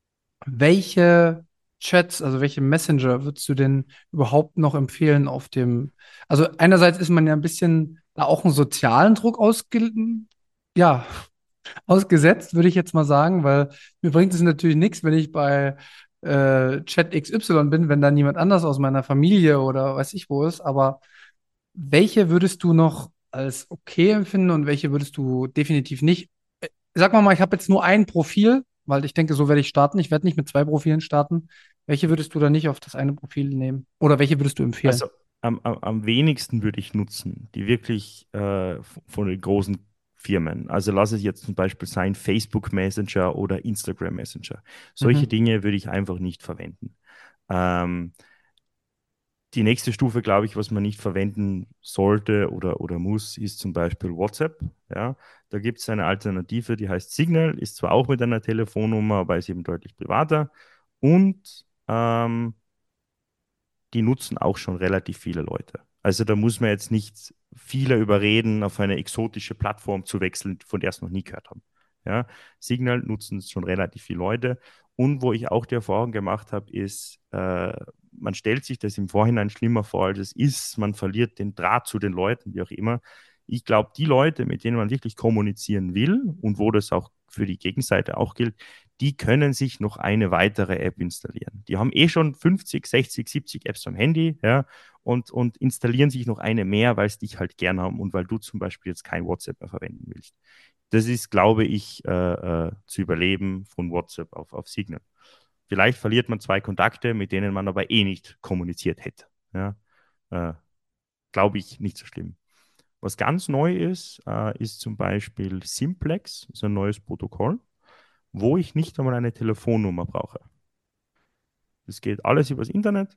Welche Chats, also welche Messenger würdest du denn überhaupt noch empfehlen auf dem, also einerseits ist man ja ein bisschen da auch einen sozialen Druck ausge, ja, ausgesetzt, würde ich jetzt mal sagen, weil mir bringt es natürlich nichts, wenn ich bei äh, Chat X Y bin, wenn da niemand anders aus meiner Familie oder weiß ich wo ist, aber welche würdest du noch als okay empfinden und welche würdest du definitiv nicht? Äh, Sag mal mal, ich habe jetzt nur ein Profil, weil ich denke, so werde ich starten. Ich werde nicht mit zwei Profilen starten. Welche würdest du da nicht auf das eine Profil nehmen? Oder welche würdest du empfehlen? Also am, am, am wenigsten würde ich nutzen, die wirklich äh, von den großen Firmen. Also lass es jetzt zum Beispiel sein Facebook Messenger oder Instagram Messenger. Solche Mhm. Dinge würde ich einfach nicht verwenden. Ähm, Die nächste Stufe, glaube ich, was man nicht verwenden sollte oder, oder muss, ist zum Beispiel WhatsApp. Ja, da gibt es eine Alternative, die heißt Signal, ist zwar auch mit einer Telefonnummer, aber ist eben deutlich privater. Und ähm, die nutzen auch schon relativ viele Leute. Also da muss man jetzt nicht viele überreden, auf eine exotische Plattform zu wechseln, von der sie noch nie gehört haben. Ja, Signal nutzen schon relativ viele Leute. Und wo ich auch die Erfahrung gemacht habe, ist, äh, man stellt sich das im Vorhinein schlimmer vor, als es ist. Man verliert den Draht zu den Leuten, wie auch immer. Ich glaube, die Leute, mit denen man wirklich kommunizieren will und wo das auch für die Gegenseite auch gilt, die können sich noch eine weitere App installieren. Die haben eh schon fünfzig, sechzig, siebzig Apps am Handy, ja, und, und installieren sich noch eine mehr, weil sie dich halt gern haben und weil du zum Beispiel jetzt kein WhatsApp mehr verwenden willst. Das ist, glaube ich, äh, äh, zu überleben von WhatsApp auf, auf Signal. Vielleicht verliert man zwei Kontakte, mit denen man aber eh nicht kommuniziert hätte. Ja, äh, glaube ich, nicht so schlimm. Was ganz neu ist, äh, ist zum Beispiel Simplex, das ist ein neues Protokoll, wo ich nicht einmal eine Telefonnummer brauche. Das geht alles übers Internet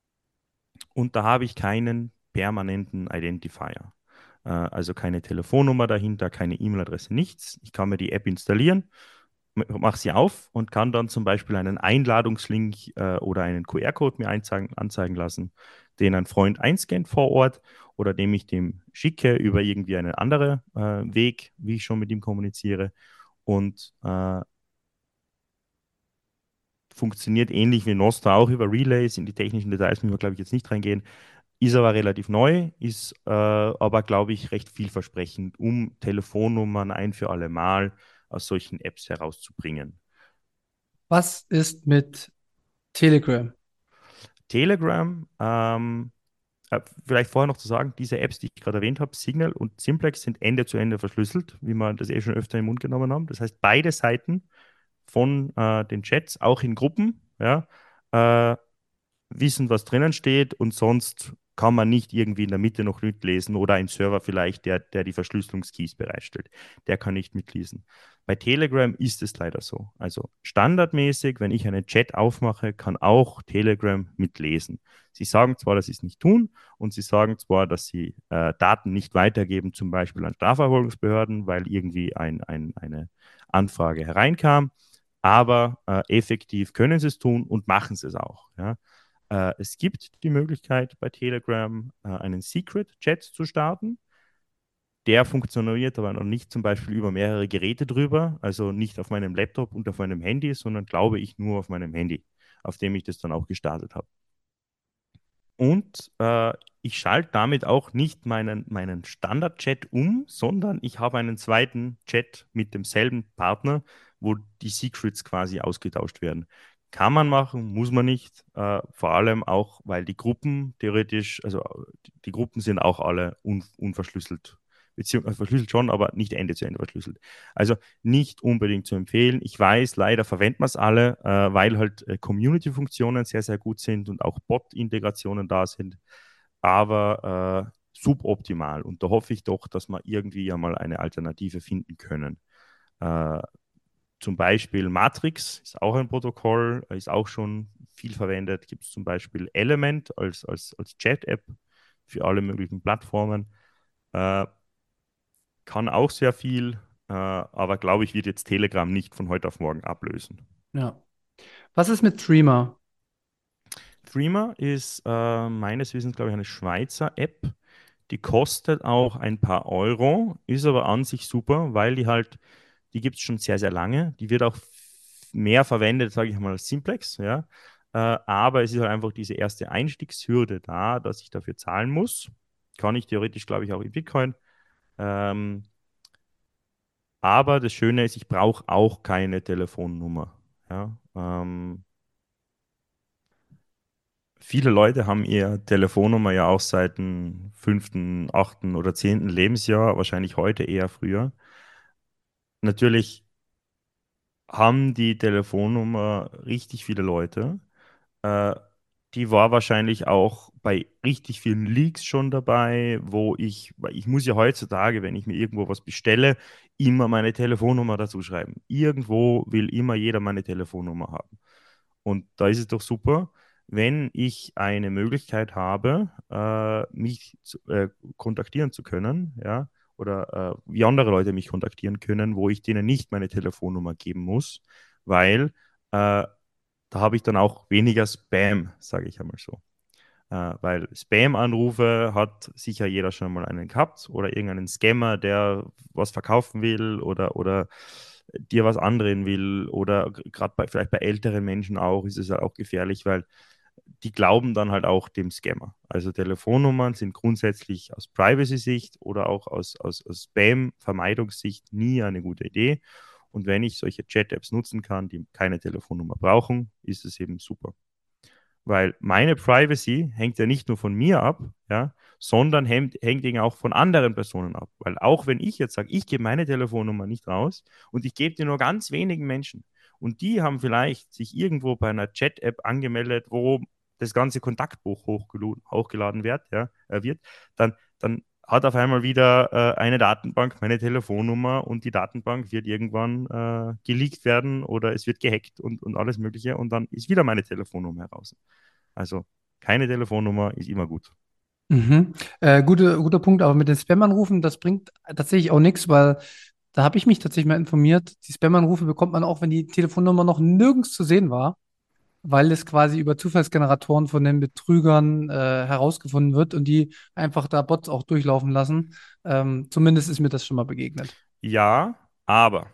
und da habe ich keinen permanenten Identifier. Äh, also keine Telefonnummer dahinter, keine E-Mail-Adresse, nichts. Ich kann mir die App installieren, mache sie auf und kann dann zum Beispiel einen Einladungslink äh, oder einen Q R-Code mir einzeigen, anzeigen lassen, den ein Freund einscannt vor Ort oder dem ich dem schicke über irgendwie einen anderen äh, Weg, wie ich schon mit ihm kommuniziere. Und äh, funktioniert ähnlich wie Nostra auch über Relays. In die technischen Details müssen wir, glaube ich, jetzt nicht reingehen. Ist aber relativ neu, ist äh, aber, glaube ich, recht vielversprechend, um Telefonnummern ein für alle Mal aus solchen Apps herauszubringen. Was ist mit Telegram? Telegram, ähm, äh, vielleicht vorher noch zu sagen, diese Apps, die ich gerade erwähnt habe, Signal und Simplex, sind Ende zu Ende verschlüsselt, wie wir das eh schon öfter im Mund genommen haben. Das heißt, beide Seiten von äh, den Chats, auch in Gruppen, ja, äh, wissen, was drinnen steht und sonst kann man nicht irgendwie in der Mitte noch mitlesen oder ein Server vielleicht, der, der die Verschlüsselungskeys bereitstellt. Der kann nicht mitlesen. Bei Telegram ist es leider so. Also standardmäßig, wenn ich einen Chat aufmache, kann auch Telegram mitlesen. Sie sagen zwar, dass sie es nicht tun und sie sagen zwar, dass sie äh, Daten nicht weitergeben, zum Beispiel an Strafverfolgungsbehörden, weil irgendwie ein, ein, eine Anfrage hereinkam, aber äh, effektiv können sie es tun und machen sie es auch. Ja. Äh, es gibt die Möglichkeit bei Telegram äh, einen Secret-Chat zu starten. Der funktioniert aber noch nicht zum Beispiel über mehrere Geräte drüber, also nicht auf meinem Laptop und auf meinem Handy, sondern glaube ich nur auf meinem Handy, auf dem ich das dann auch gestartet habe. Und äh, ich schalte damit auch nicht meinen, meinen Standard-Chat um, sondern ich habe einen zweiten Chat mit demselben Partner, wo die Secrets quasi ausgetauscht werden. Kann man machen, muss man nicht. Äh, vor allem auch, weil die Gruppen theoretisch, also die Gruppen sind auch alle un unverschlüsselt beziehungsweise verschlüsselt schon, aber nicht Ende zu Ende verschlüsselt. Also nicht unbedingt zu empfehlen. Ich weiß, leider verwenden wir es alle, äh, weil halt äh, Community-Funktionen sehr, sehr gut sind und auch Bot-Integrationen da sind, aber äh, suboptimal. Und da hoffe ich doch, dass wir irgendwie einmal eine Alternative finden können. Äh, Zum Beispiel Matrix ist auch ein Protokoll, ist auch schon viel verwendet. Gibt es zum Beispiel Element als, als, als Chat-App für alle möglichen Plattformen. Äh, Kann auch sehr viel, äh, aber glaube ich, wird jetzt Telegram nicht von heute auf morgen ablösen. Ja. Was ist mit Threema? Threema ist äh, meines Wissens, glaube ich, eine Schweizer App. Die kostet auch ein paar Euro, ist aber an sich super, weil die halt, die gibt es schon sehr, sehr lange. Die wird auch mehr verwendet, sage ich mal, als Simplex, ja. Äh, aber es ist halt einfach diese erste Einstiegshürde da, dass ich dafür zahlen muss. Kann ich theoretisch, glaube ich, auch in Bitcoin. Ähm, aber das Schöne ist, ich brauche auch keine Telefonnummer. Ja. Ähm, Viele Leute haben ihre Telefonnummer ja auch seit dem fünften, achten oder zehnten Lebensjahr, wahrscheinlich heute eher früher. Natürlich haben die Telefonnummer richtig viele Leute. Äh, Die war wahrscheinlich auch bei richtig vielen Leaks schon dabei, wo ich, weil ich muss ja heutzutage, wenn ich mir irgendwo was bestelle, immer meine Telefonnummer dazu schreiben. Irgendwo will immer jeder meine Telefonnummer haben. Und da ist es doch super, wenn ich eine Möglichkeit habe, äh, mich zu, äh, kontaktieren zu können, ja, oder äh, wie andere Leute mich kontaktieren können, wo ich denen nicht meine Telefonnummer geben muss, weil äh, da habe ich dann auch weniger Spam, sage ich einmal so. Äh, weil Spam-Anrufe hat sicher jeder schon mal einen gehabt oder irgendeinen Scammer, der was verkaufen will oder, oder dir was andrehen will oder gerade bei, vielleicht bei älteren Menschen auch ist es ja auch gefährlich, weil die glauben dann halt auch dem Scammer. Also Telefonnummern sind grundsätzlich aus Privacy-Sicht oder auch aus, aus, aus Spam-Vermeidungssicht nie eine gute Idee. Und wenn ich solche Chat-Apps nutzen kann, die keine Telefonnummer brauchen, ist es eben super. Weil meine Privacy hängt ja nicht nur von mir ab, ja, sondern hängt, hängt eben auch von anderen Personen ab. Weil auch wenn ich jetzt sage, ich gebe meine Telefonnummer nicht raus und ich gebe die nur ganz wenigen Menschen und die haben vielleicht sich irgendwo bei einer Chat-App angemeldet, wo das ganze Kontaktbuch hochgeladen wird, ja, äh, wird, dann, dann hat auf einmal wieder äh, eine Datenbank meine Telefonnummer und die Datenbank wird irgendwann äh, geleakt werden oder es wird gehackt und, und alles Mögliche und dann ist wieder meine Telefonnummer heraus. Also keine Telefonnummer ist immer gut. Mhm. Äh, gute, guter Punkt, aber mit den Spam-Anrufen, das bringt tatsächlich auch nichts, weil da habe ich mich tatsächlich mal informiert. Die Spam-Anrufe bekommt man auch, wenn die Telefonnummer noch nirgends zu sehen war, weil es quasi über Zufallsgeneratoren von den Betrügern äh, herausgefunden wird und die einfach da Bots auch durchlaufen lassen. Ähm, zumindest ist mir das schon mal begegnet. Ja, aber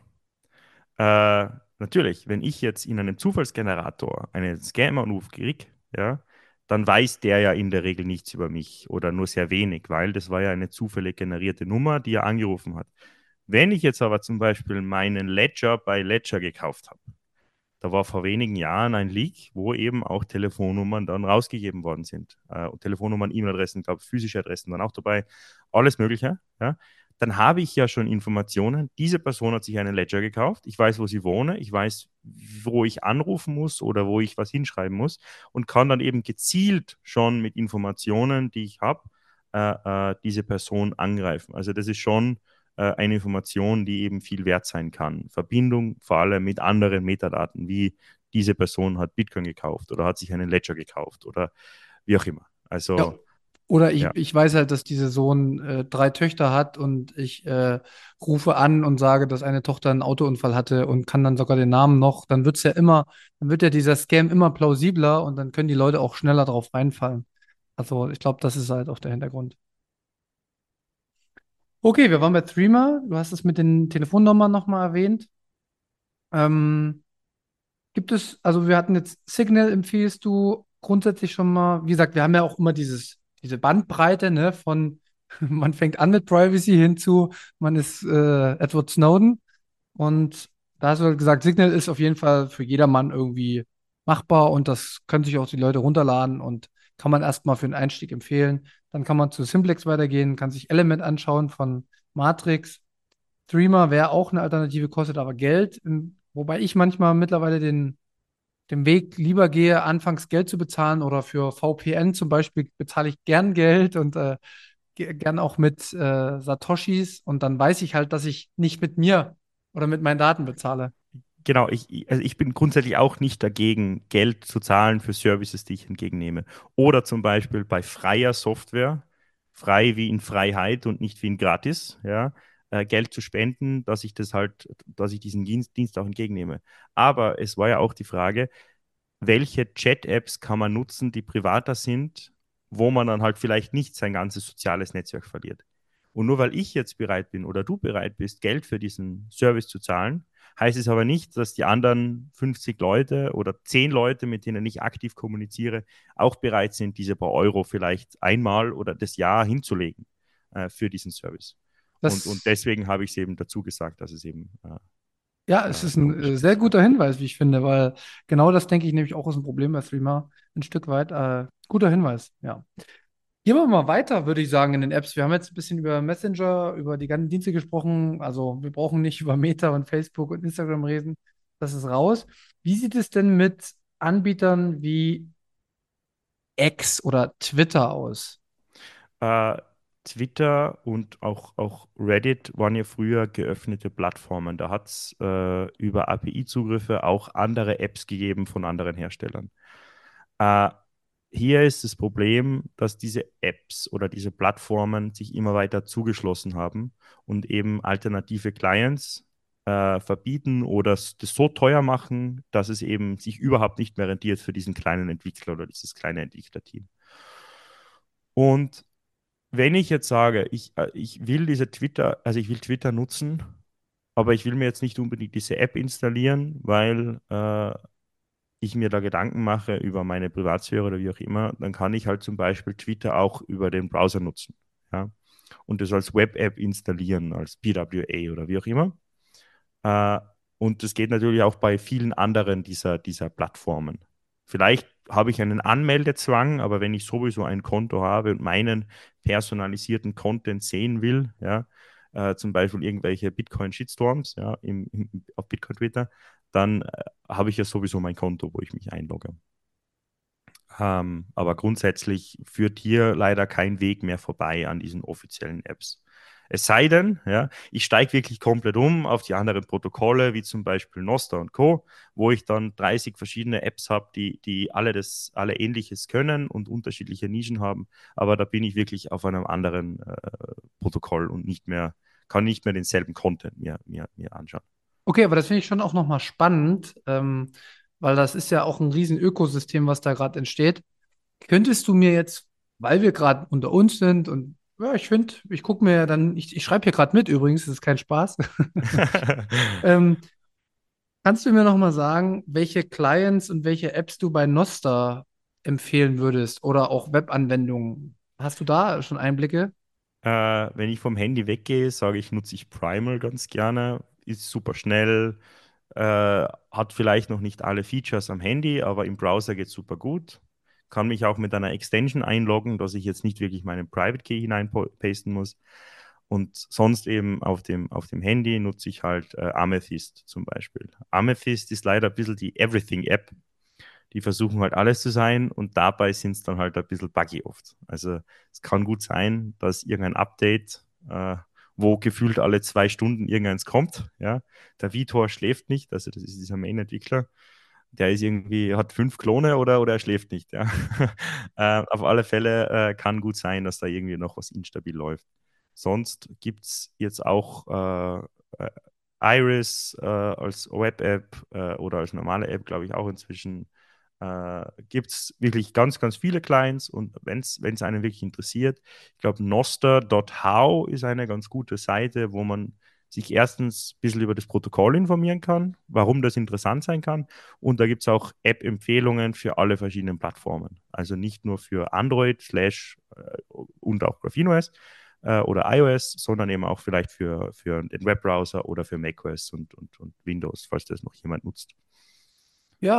äh, natürlich, wenn ich jetzt in einem Zufallsgenerator einen Scam-Anruf kriege, ja, dann weiß der ja in der Regel nichts über mich oder nur sehr wenig, weil das war ja eine zufällig generierte Nummer, die er angerufen hat. Wenn ich jetzt aber zum Beispiel meinen Ledger bei Ledger gekauft habe, da war vor wenigen Jahren ein Leak, wo eben auch Telefonnummern dann rausgegeben worden sind. Äh, und Telefonnummern, E-Mail-Adressen, glaube physische Adressen dann auch dabei, alles Mögliche. Ja. Dann habe ich ja schon Informationen. Diese Person hat sich einen Ledger gekauft. Ich weiß, wo sie wohne. Ich weiß, wo ich anrufen muss oder wo ich was hinschreiben muss und kann dann eben gezielt schon mit Informationen, die ich habe, äh, äh, diese Person angreifen. Also das ist schon äh, eine Information, die eben viel wert sein kann. Verbindung vor allem mit anderen Metadaten, wie diese Person hat Bitcoin gekauft oder hat sich einen Ledger gekauft oder wie auch immer. Ja. Also Oder ich, ja, ich weiß halt, dass dieser Sohn äh, drei Töchter hat und ich äh, rufe an und sage, dass eine Tochter einen Autounfall hatte und kann dann sogar den Namen noch, dann wird's ja immer, dann wird ja dieser Scam immer plausibler und dann können die Leute auch schneller drauf reinfallen. Also ich glaube, das ist halt auch der Hintergrund. Okay, wir waren bei Threema. Du hast es mit den Telefonnummern nochmal erwähnt. Ähm, Gibt es, also wir hatten jetzt Signal, empfiehlst du grundsätzlich schon mal, wie gesagt, wir haben ja auch immer dieses, diese Bandbreite, ne, von man fängt an mit Privacy hinzu, man ist äh, Edward Snowden und da hast du halt gesagt, Signal ist auf jeden Fall für jedermann irgendwie machbar und das können sich auch die Leute runterladen und kann man erstmal für den Einstieg empfehlen. Dann kann man zu Simplex weitergehen, kann sich Element anschauen von Matrix. Threema wäre auch eine Alternative, kostet aber Geld. Ähm, Wobei ich manchmal mittlerweile den, den Weg lieber gehe, anfangs Geld zu bezahlen oder für V P N zum Beispiel bezahle ich gern Geld und äh, ge- gern auch mit äh, Satoshis und dann weiß ich halt, dass ich nicht mit mir oder mit meinen Daten bezahle. Genau, ich, ich- also ich bin grundsätzlich auch nicht dagegen, Geld zu zahlen für Services, die ich entgegennehme. Oder zum Beispiel bei freier Software, frei wie in Freiheit und nicht wie in gratis, ja, äh, Geld zu spenden, dass ich das halt, dass ich diesen Dienst, Dienst auch entgegennehme. Aber es war ja auch die Frage, welche Chat-Apps kann man nutzen, die privater sind, wo man dann halt vielleicht nicht sein ganzes soziales Netzwerk verliert. Und nur weil ich jetzt bereit bin oder du bereit bist, Geld für diesen Service zu zahlen, heißt es aber nicht, dass die anderen fünfzig Leute oder zehn Leute, mit denen ich aktiv kommuniziere, auch bereit sind, diese paar Euro vielleicht einmal oder das Jahr hinzulegen äh, für diesen Service. Und, und Das deswegen habe ich es eben dazu gesagt, dass es eben äh, Ja, es äh, ist ein ein äh, Unterschied sehr ist. Ja. guter Hinweis, wie ich finde, weil genau das denke ich nämlich auch ist ein Problem bei Streamer ein Stück weit. Äh, guter Hinweis, ja. Gehen wir mal weiter, würde ich sagen, in den Apps. Wir haben jetzt ein bisschen über Messenger, über die ganzen Dienste gesprochen. Also wir brauchen nicht über Meta und Facebook und Instagram reden. Das ist raus. Wie sieht es denn mit Anbietern wie X oder Twitter aus? Äh, Twitter und auch, auch Reddit waren ja früher geöffnete Plattformen. Da hat es äh, über A P I-Zugriffe auch andere Apps gegeben von anderen Herstellern. Äh, Hier ist das Problem, dass diese Apps oder diese Plattformen sich immer weiter zugeschlossen haben und eben alternative Clients äh, verbieten oder s- das so teuer machen, dass es eben sich überhaupt nicht mehr rentiert für diesen kleinen Entwickler oder dieses kleine Entwicklerteam. Und wenn ich jetzt sage, ich, äh, ich will diese Twitter, also ich will Twitter nutzen, aber ich will mir jetzt nicht unbedingt diese App installieren, weil äh, ich mir da Gedanken mache über meine Privatsphäre oder wie auch immer, dann kann ich halt zum Beispiel Twitter auch über den Browser nutzen. Ja? Und das als Web-App installieren, als P W A oder wie auch immer. Äh, und das geht natürlich auch bei vielen anderen dieser, dieser Plattformen. Vielleicht habe ich einen Anmeldezwang, aber wenn ich sowieso ein Konto habe und meinen personalisierten Content sehen will, ja, äh, zum Beispiel irgendwelche Bitcoin-Shitstorms, ja, im, im, auf Bitcoin-Twitter, dann äh, habe ich ja sowieso mein Konto, wo ich mich einlogge. Ähm, aber grundsätzlich führt hier leider kein Weg mehr vorbei an diesen offiziellen Apps. Es sei denn, ja, ich steige wirklich komplett um auf die anderen Protokolle, wie zum Beispiel Nostr und Co., wo ich dann dreißig verschiedene Apps habe, die, die alle das, alle Ähnliches können und unterschiedliche Nischen haben. Aber da bin ich wirklich auf einem anderen äh, Protokoll und nicht mehr, kann nicht mehr denselben Content mir, mir, mir anschauen. Okay, aber das finde ich schon auch nochmal spannend, ähm, weil das ist ja auch ein riesen Ökosystem, was da gerade entsteht. Könntest du mir jetzt, weil wir gerade unter uns sind und ja, ich finde, ich gucke mir dann, ich, ich schreibe hier gerade mit übrigens, das ist kein Spaß. ähm, Kannst du mir noch mal sagen, welche Clients und welche Apps du bei Nostr empfehlen würdest oder auch Webanwendungen? Hast du da schon Einblicke? Äh, wenn ich vom Handy weggehe, sage ich, nutze ich Primal ganz gerne. Ist super schnell, äh, hat vielleicht noch nicht alle Features am Handy, aber im Browser geht es super gut. Kann mich auch mit einer Extension einloggen, dass ich jetzt nicht wirklich meinen Private Key hineinpasten muss. Und sonst eben auf dem, auf dem Handy nutze ich halt äh, Amethyst zum Beispiel. Amethyst ist leider ein bisschen die Everything-App. Die versuchen halt alles zu sein und dabei sind es dann halt ein bisschen buggy oft. Also es kann gut sein, dass irgendein Update, äh, wo gefühlt alle zwei Stunden irgendeins kommt, ja. Der Vitor schläft nicht, also das ist dieser Main-Entwickler. Der ist irgendwie, hat fünf Klone oder, oder er schläft nicht, ja. äh, auf alle Fälle äh, kann gut sein, dass da irgendwie noch was instabil läuft. Sonst gibt es jetzt auch äh, äh, Iris äh, als Web-App äh, oder als normale App, glaube ich, auch inzwischen äh, gibt es wirklich ganz, ganz viele Clients und wenn es einen wirklich interessiert, ich glaube, noster Punkt how ist eine ganz gute Seite, wo man sich erstens ein bisschen über das Protokoll informieren kann, warum das interessant sein kann. Und da gibt es auch App-Empfehlungen für alle verschiedenen Plattformen. Also nicht nur für Android slash äh, und auch GrapheneOS äh, oder iOS, sondern eben auch vielleicht für, für den Webbrowser oder für macOS und, und, und Windows, falls das noch jemand nutzt. Ja,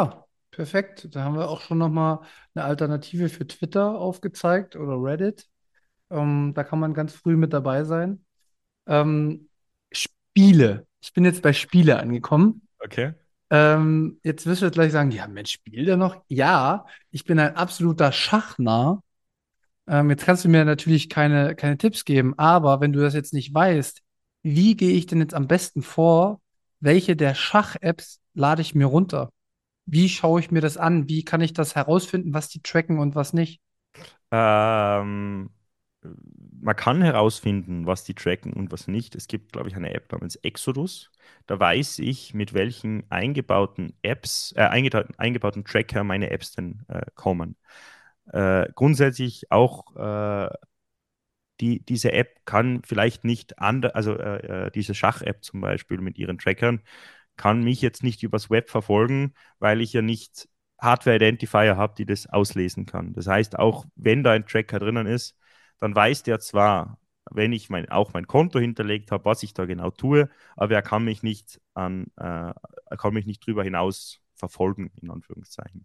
Perfekt. Da haben wir auch schon nochmal eine Alternative für Twitter aufgezeigt oder Reddit. Ähm, da kann man ganz früh mit dabei sein. Ähm, Spiele. Ich bin jetzt bei Spiele angekommen. Okay. Ähm, jetzt wirst du jetzt gleich sagen, ja, Mensch, spielt er noch? Ja, ich bin ein absoluter Schachnarr. Ähm, jetzt kannst du mir natürlich keine, keine Tipps geben, aber wenn du das jetzt nicht weißt, wie gehe ich denn jetzt am besten vor? Welche der Schach-Apps lade ich mir runter? Wie schaue ich mir das an? Wie kann ich das herausfinden, was die tracken und was nicht? Ähm, Man kann herausfinden, was die tracken und was nicht. Es gibt, glaube ich, eine App namens Exodus. Da weiß ich, mit welchen eingebauten Apps, äh, eingebauten, eingebauten Tracker meine Apps denn äh, kommen. Äh, grundsätzlich auch äh, die, diese App kann vielleicht nicht andere, also äh, äh, diese Schach-App zum Beispiel mit ihren Trackern, kann mich jetzt nicht übers Web verfolgen, weil ich ja nicht Hardware-Identifier habe, die das auslesen kann. Das heißt, auch wenn da ein Tracker drinnen ist, dann weiß der zwar, wenn ich mein, auch mein Konto hinterlegt habe, was ich da genau tue, aber er kann mich nicht an, äh, er kann mich nicht drüber hinaus verfolgen, in Anführungszeichen.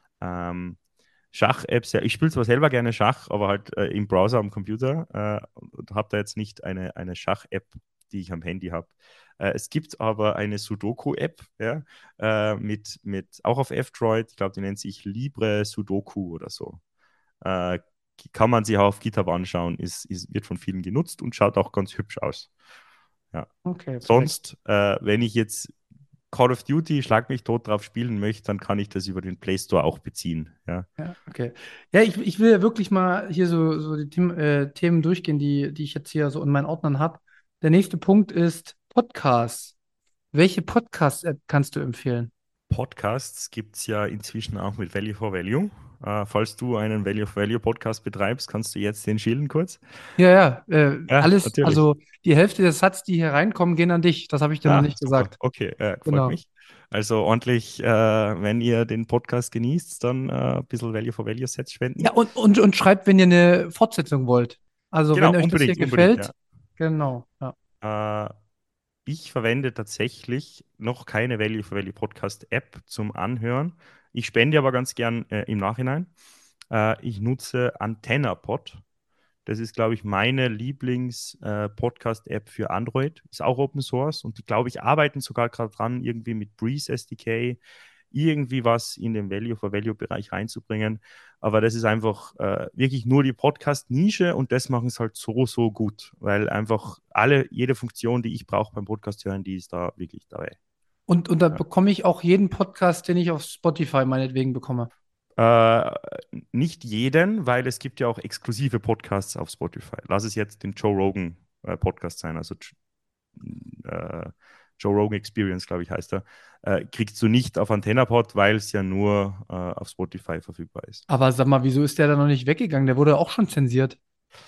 Ähm, Schach-Apps, ja, ich spiele zwar selber gerne Schach, aber halt äh, im Browser am Computer äh, und, und habe da jetzt nicht eine, eine Schach-App, die ich am Handy habe. Äh, es gibt aber eine Sudoku-App, ja, äh, mit, mit, auch auf F-Droid, ich glaube, die nennt sich Libre Sudoku oder so. Äh, Kann man sich auch auf GitHub anschauen, ist, ist, wird von vielen genutzt und schaut auch ganz hübsch aus. Ja. Okay, perfekt. Sonst, äh, wenn ich jetzt Call of Duty, Schlag mich tot drauf spielen möchte, dann kann ich das über den Play Store auch beziehen. Ja. Ja, okay. Ja, ich, ich will ja wirklich mal hier so, so die Them äh, Themen durchgehen, die, die ich jetzt hier so in meinen Ordnern habe. Der nächste Punkt ist Podcasts. Welche Podcast-App kannst du empfehlen? Podcasts gibt es ja inzwischen auch mit Value for Value. Äh, falls du einen Value for Value Podcast betreibst, kannst du jetzt den schilden kurz. Ja, ja, äh, Ja, alles, natürlich. also die Hälfte der Satz, die hier reinkommen, gehen an dich. Das habe ich dir noch Ah, nicht super. gesagt. Okay, äh, freut Genau. mich. Also ordentlich, äh, wenn ihr den Podcast genießt, dann äh, ein bisschen Value for Value Sets Ja, spenden. und, und, und schreibt, wenn ihr eine Fortsetzung wollt. Also, Genau, wenn euch das hier unbedingt, unbedingt, ja. gefällt, genau. Ja. Äh, Ich verwende tatsächlich noch keine Value for Value Podcast App zum Anhören. Ich spende aber ganz gern äh, im Nachhinein. Äh, ich nutze AntennaPod. Das ist, glaube ich, meine Lieblings-Podcast-App für Android. Ist auch Open Source und die, glaube ich, arbeiten sogar gerade dran, irgendwie mit Breeze S D K irgendwie was in den Value-for-Value-Bereich reinzubringen. Aber das ist einfach äh, wirklich nur die Podcast-Nische und das machen es halt so, so gut, weil einfach alle, jede Funktion, die ich brauche beim Podcast hören, die ist da wirklich dabei. Und, und da Ja. bekomme ich auch jeden Podcast, den ich auf Spotify meinetwegen bekomme. Äh, Nicht jeden, weil es gibt ja auch exklusive Podcasts auf Spotify. Lass es jetzt den Joe Rogan äh, Podcast sein, also äh, Joe Rogan Experience, glaube ich, heißt er, äh, kriegst du nicht auf AntennaPod, weil es ja nur äh, auf Spotify verfügbar ist. Aber sag mal, wieso ist der da noch nicht weggegangen? Der wurde auch schon zensiert.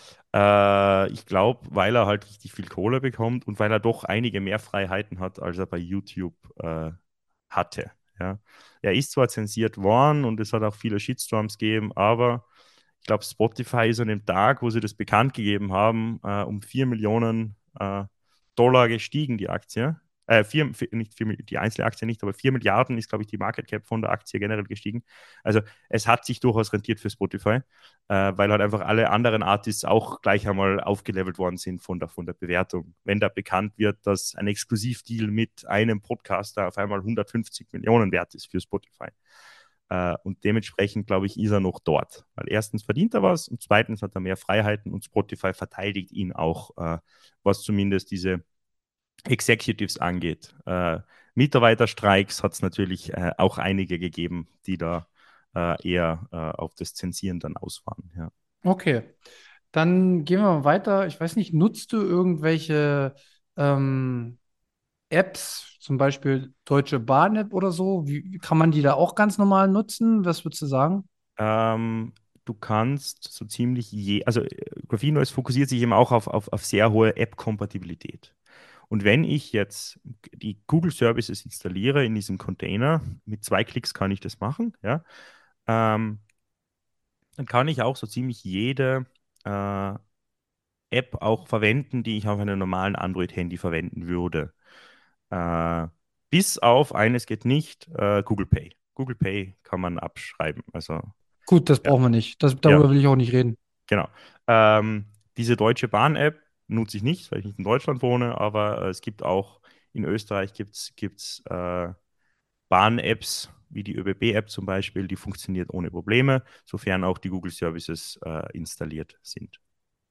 Äh, ich glaube, weil er halt richtig viel Kohle bekommt und weil er doch einige mehr Freiheiten hat, als er bei YouTube äh, hatte. Ja. Er ist zwar zensiert worden und es hat auch viele Shitstorms gegeben, aber ich glaube, Spotify ist an dem Tag, wo sie das bekannt gegeben haben, äh, um vier Millionen äh, Dollar gestiegen, die Aktie. Äh, vier, vier, nicht vier, die einzelne Aktie nicht, aber vier Milliarden ist, glaube ich, die Market Cap von der Aktie generell gestiegen. Also es hat sich durchaus rentiert für Spotify, äh, weil halt einfach alle anderen Artists auch gleich einmal aufgelevelt worden sind von der, von der Bewertung. Wenn da bekannt wird, dass ein Exklusivdeal mit einem Podcaster auf einmal hundertfünfzig Millionen wert ist für Spotify. Äh, und dementsprechend, glaube ich, ist er noch dort. Weil erstens verdient er was und zweitens hat er mehr Freiheiten und Spotify verteidigt ihn auch, äh, was zumindest diese Executives angeht. Äh, Mitarbeiterstreiks hat es natürlich äh, auch einige gegeben, die da äh, eher äh, auf das Zensieren dann aus waren. Ja. Okay. Dann gehen wir mal weiter. Ich weiß nicht, nutzt du irgendwelche ähm, Apps, zum Beispiel Deutsche Bahn-App oder so? Wie, wie kann man die da auch ganz normal nutzen? Was würdest du sagen? Ähm, Du kannst so ziemlich je, also äh, GrapheneOS fokussiert sich eben auch auf, auf, auf sehr hohe App-Kompatibilität. Und wenn ich jetzt die Google Services installiere in diesem Container, mit zwei Klicks kann ich das machen, ja, ähm, dann kann ich auch so ziemlich jede äh, App auch verwenden, die ich auf einem normalen Android-Handy verwenden würde. Äh, Bis auf eines geht nicht, äh, Google Pay. Google Pay kann man abschreiben. Also, Gut, das ja, brauchen wir nicht. Das, ja, darüber will ich auch nicht reden. genau. Ähm, diese Deutsche Bahn-App nutze ich nicht, weil ich nicht in Deutschland wohne, aber äh, es gibt auch in Österreich gibt's, gibt's, äh, Bahn-Apps, wie die ÖBB-App zum Beispiel, die funktioniert ohne Probleme, sofern auch die Google Services äh, installiert sind.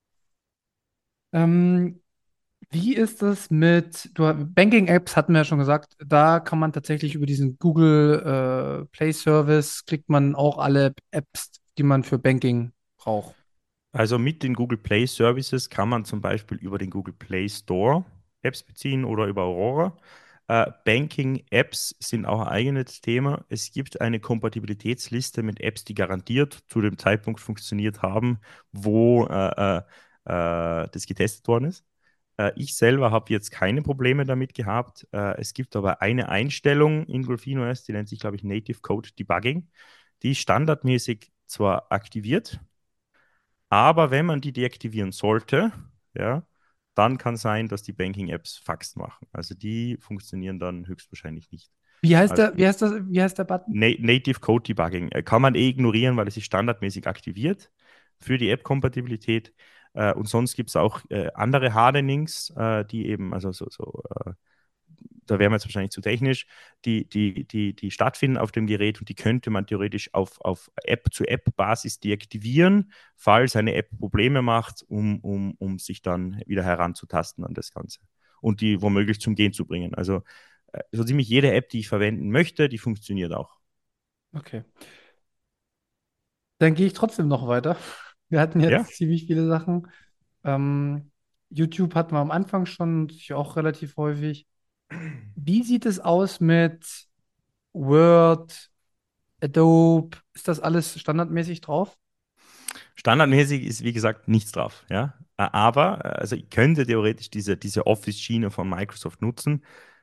Ähm, Wie ist es mit, du, Banking-Apps hatten wir ja schon gesagt, da kann man tatsächlich über diesen Google äh, Play Service, kriegt man auch alle Apps, die man für Banking braucht. Also mit den Google Play Services kann man zum Beispiel über den Google Play Store Apps beziehen oder über Aurora. Äh, Banking-Apps sind auch ein eigenes Thema. Es gibt eine Kompatibilitätsliste mit Apps, die garantiert zu dem Zeitpunkt funktioniert haben, wo äh, äh, äh, das getestet worden ist. Äh, ich selber habe jetzt keine Probleme damit gehabt. Äh, es gibt aber eine Einstellung in GrapheneOS, die nennt sich, glaube ich, Native Code Debugging. Die ist standardmäßig zwar aktiviert, aber wenn man die deaktivieren sollte, ja, dann kann sein, dass die Banking-Apps Fax machen. Also die funktionieren dann höchstwahrscheinlich nicht. Wie heißt Also der, wie heißt das, wie heißt der Button? Na Native Code Debugging äh, kann man eh ignorieren, weil es ist standardmäßig aktiviert für die App-Kompatibilität. Äh, und sonst gibt es auch äh, andere Hardenings, äh, die eben, also so, so äh, da wären wir jetzt wahrscheinlich zu technisch, die, die, die, die stattfinden auf dem Gerät und die könnte man theoretisch auf, auf App-zu-App-Basis deaktivieren, falls eine App Probleme macht, um, um, um sich dann wieder heranzutasten an das Ganze und die womöglich zum Gehen zu bringen. Also äh, so ziemlich jede App, die ich verwenden möchte, die funktioniert auch. Okay. Dann gehe ich trotzdem noch weiter. Wir hatten Ja, jetzt ziemlich viele Sachen. Ähm, YouTube hatten wir am Anfang schon, natürlich auch relativ häufig. Wie sieht es aus mit Word, Adobe? Ist das alles standardmäßig drauf? standardmäßig ist wie gesagt nichts drauf. Ja? Aber äh, also ich könnte theoretisch diese, diese Office-Schiene von Microsoft nutzen.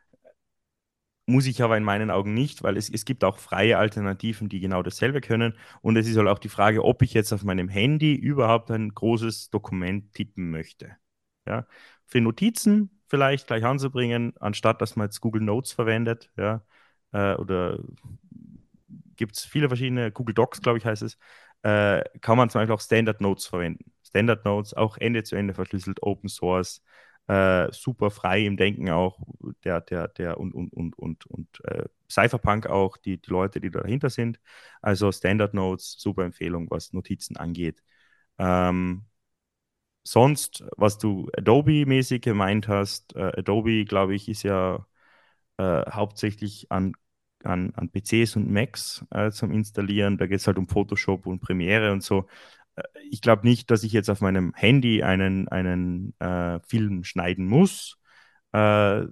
Muss ich aber in meinen Augen nicht, weil es, es gibt auch freie Alternativen, die genau dasselbe können. Und es ist halt auch die Frage, ob ich jetzt auf meinem Handy überhaupt ein großes Dokument tippen möchte. Ja? Für Notizen vielleicht gleich anzubringen, anstatt dass man jetzt Google Notes verwendet. Ja? Äh, oder gibt es viele verschiedene, Google Docs, glaube ich, heißt es, äh, kann man zum Beispiel auch Standard Notes verwenden. Standard Notes, auch Ende zu Ende verschlüsselt, Open Source, äh, super frei im Denken auch, der, der, der und, und, und, und, und äh, Cypherpunk auch, die, die Leute, die dahinter sind. Also Standard Notes, super Empfehlung, was Notizen angeht. Ähm, sonst, was du Adobe-mäßig gemeint hast, äh, Adobe, glaube ich, ist ja äh, hauptsächlich an, an, an P Cs und Macs äh, zum Installieren. Da geht es halt um Photoshop und Premiere und so. Äh, ich glaube nicht, dass ich jetzt auf meinem Handy einen, einen äh, Film schneiden muss. Äh,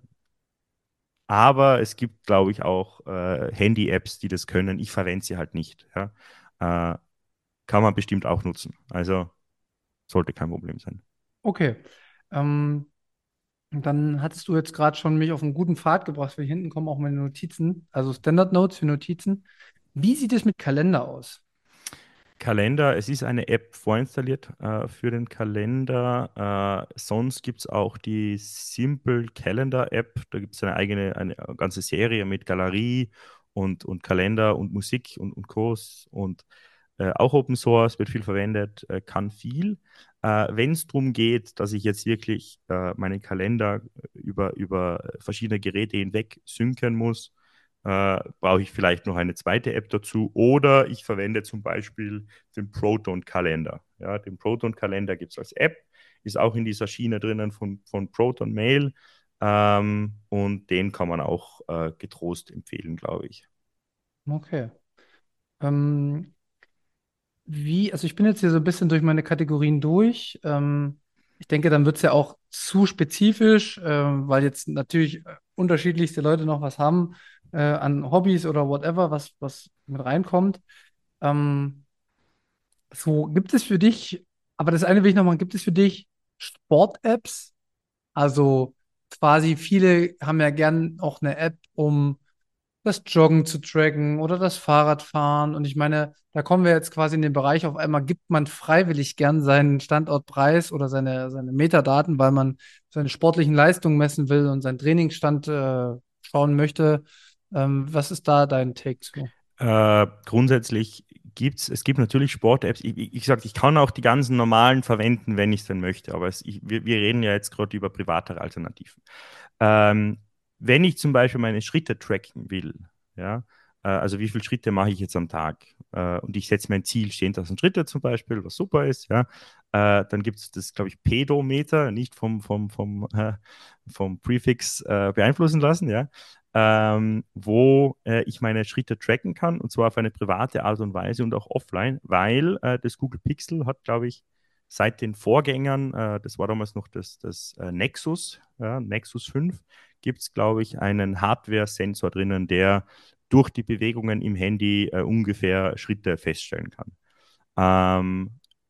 aber es gibt, glaube ich, auch äh, Handy-Apps, die das können. Ich verwende sie halt nicht. Ja? Äh, kann man bestimmt auch nutzen. Also sollte kein Problem sein. Okay. Ähm, und dann hattest du jetzt gerade schon mich auf einen guten Pfad gebracht, weil hier hinten kommen auch meine Notizen, also Standard Notes für Notizen. Wie sieht es mit Kalender aus? Kalender, es ist eine App vorinstalliert äh, für den Kalender. Äh, sonst gibt es auch die Simple Calendar App. Da gibt es eine eigene, eine ganze Serie mit Galerie und, und Kalender und Musik und, und Kurs und äh, auch Open Source, wird viel verwendet, äh, kann viel. Äh, Wenn es darum geht, dass ich jetzt wirklich äh, meinen Kalender über, über verschiedene Geräte hinweg synken muss, äh, brauche ich vielleicht noch eine zweite App dazu oder ich verwende zum Beispiel den Proton-Kalender. Ja, den Proton-Kalender gibt es als App, ist auch in dieser Schiene drinnen von, von Proton Mail ähm, und den kann man auch äh, getrost empfehlen, glaube ich. Okay. Ähm, wie, also ich bin jetzt hier so ein bisschen durch meine Kategorien durch. Ähm, ich denke, dann wird es ja auch zu spezifisch, ähm, weil jetzt natürlich äh, unterschiedlichste Leute noch was haben äh, an Hobbys oder whatever, was, was mit reinkommt. Ähm, so, gibt es für dich, aber das eine will ich noch mal, gibt es für dich Sport-Apps? Also quasi viele haben ja gern auch eine App, um das Joggen zu tracken oder das Fahrradfahren. Und ich meine, da kommen wir jetzt quasi in den Bereich, auf einmal gibt man freiwillig gern seinen Standortpreis oder seine, seine Metadaten, weil man seine sportlichen Leistungen messen will und seinen Trainingsstand äh, schauen möchte. Ähm, was ist da dein Take zu? Äh, grundsätzlich gibt es, es gibt natürlich Sport-Apps. Ich, ich, ich sag, ich kann auch die ganzen normalen verwenden, wenn ich es denn möchte. Aber es, ich, wir, wir reden ja jetzt gerade über privatere Alternativen. Ähm, Wenn ich zum Beispiel meine Schritte tracken will, ja, äh, also wie viele Schritte mache ich jetzt am Tag, äh, und ich setze mein Ziel zehntausend Schritte zum Beispiel, was super ist, ja, äh, dann gibt es das, glaube ich, Pedometer, nicht vom, vom, vom, äh, vom Prefix äh, beeinflussen lassen, ja, ähm, wo äh, ich meine Schritte tracken kann, und zwar auf eine private Art und Weise und auch offline, weil äh, das Google Pixel hat, glaube ich, seit den Vorgängern, äh, das war damals noch das, das äh, Nexus, ja, Nexus fünf, gibt es, glaube ich, einen Hardware-Sensor drinnen, der durch die Bewegungen im Handy äh, ungefähr Schritte feststellen kann. Ähm,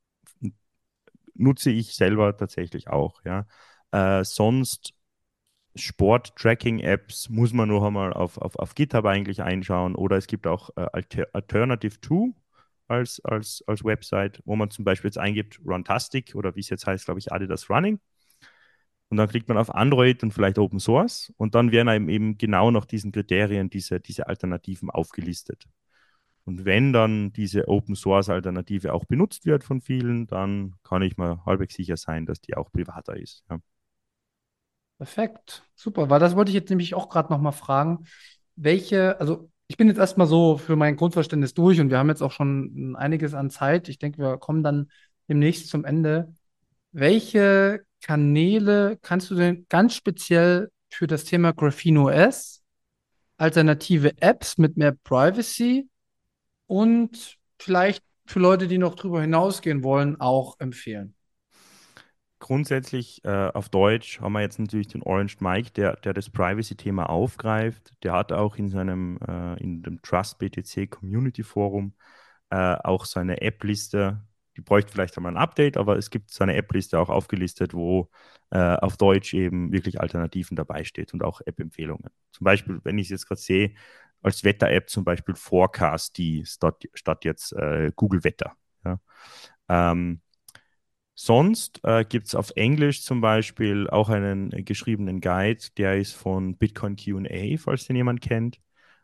Nutze ich selber tatsächlich auch, ja. Äh, sonst Sport-Tracking-Apps muss man noch einmal auf, auf, auf GitHub eigentlich einschauen, oder es gibt auch äh, Alter Alternative zwei als, als, als Website, wo man zum Beispiel jetzt eingibt Runtastic oder wie es jetzt heißt, glaube ich, Adidas Running, und dann klickt man auf Android und vielleicht Open Source, und dann werden einem eben genau nach diesen Kriterien diese, diese Alternativen aufgelistet. Und wenn dann diese Open Source Alternative auch benutzt wird von vielen, dann kann ich mir halbwegs sicher sein, dass die auch privater ist. Ja. Perfekt, super, weil das wollte ich jetzt nämlich auch gerade nochmal fragen. Welche, also ich bin jetzt erstmal so für mein Grundverständnis durch und wir haben jetzt auch schon einiges an Zeit. Ich denke, wir kommen dann demnächst zum Ende. Welche Kanäle kannst du denn ganz speziell für das Thema Graphene O S, alternative Apps mit mehr Privacy und vielleicht für Leute, die noch drüber hinausgehen wollen, auch empfehlen? Grundsätzlich äh, auf Deutsch haben wir jetzt natürlich den Orange Mike, der, der das Privacy-Thema aufgreift. Der hat auch in seinem, äh, in dem Trust B T C Community Forum äh, auch seine App-Liste. Die bräuchte vielleicht einmal ein Update, aber es gibt seine App-Liste auch aufgelistet, wo äh, auf Deutsch eben wirklich Alternativen dabei steht und auch App-Empfehlungen. Zum Beispiel, wenn ich es jetzt gerade sehe, als Wetter-App zum Beispiel Forecast, die statt, statt jetzt äh, Google Wetter. Ja. Ähm, Sonst äh, gibt es auf Englisch zum Beispiel auch einen äh, geschriebenen Guide, der ist von Bitcoin Q und A, falls den jemand kennt.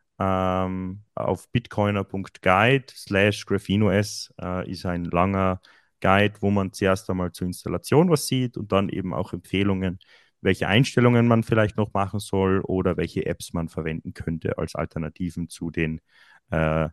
Ähm, auf bitcoiner.guide slash grapheneos äh, ist ein langer Guide, wo man zuerst einmal zur Installation was sieht und dann eben auch Empfehlungen, welche Einstellungen man vielleicht noch machen soll oder welche Apps man verwenden könnte als Alternativen zu den äh,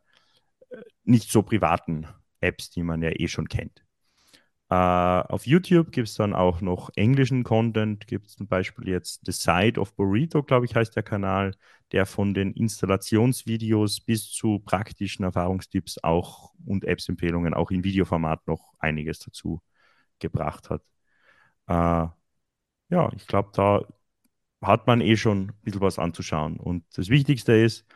nicht so privaten Apps, die man ja eh schon kennt. Uh, auf YouTube gibt es dann auch noch englischen Content. Gibt es zum Beispiel jetzt The Side of Burrito, glaube ich, heißt der Kanal, der von den Installationsvideos bis zu praktischen Erfahrungstipps auch und Apps-Empfehlungen auch in Videoformat noch einiges dazu gebracht hat. Uh, ja, ich glaube, da hat man eh schon ein bisschen was anzuschauen. Und das Wichtigste ist,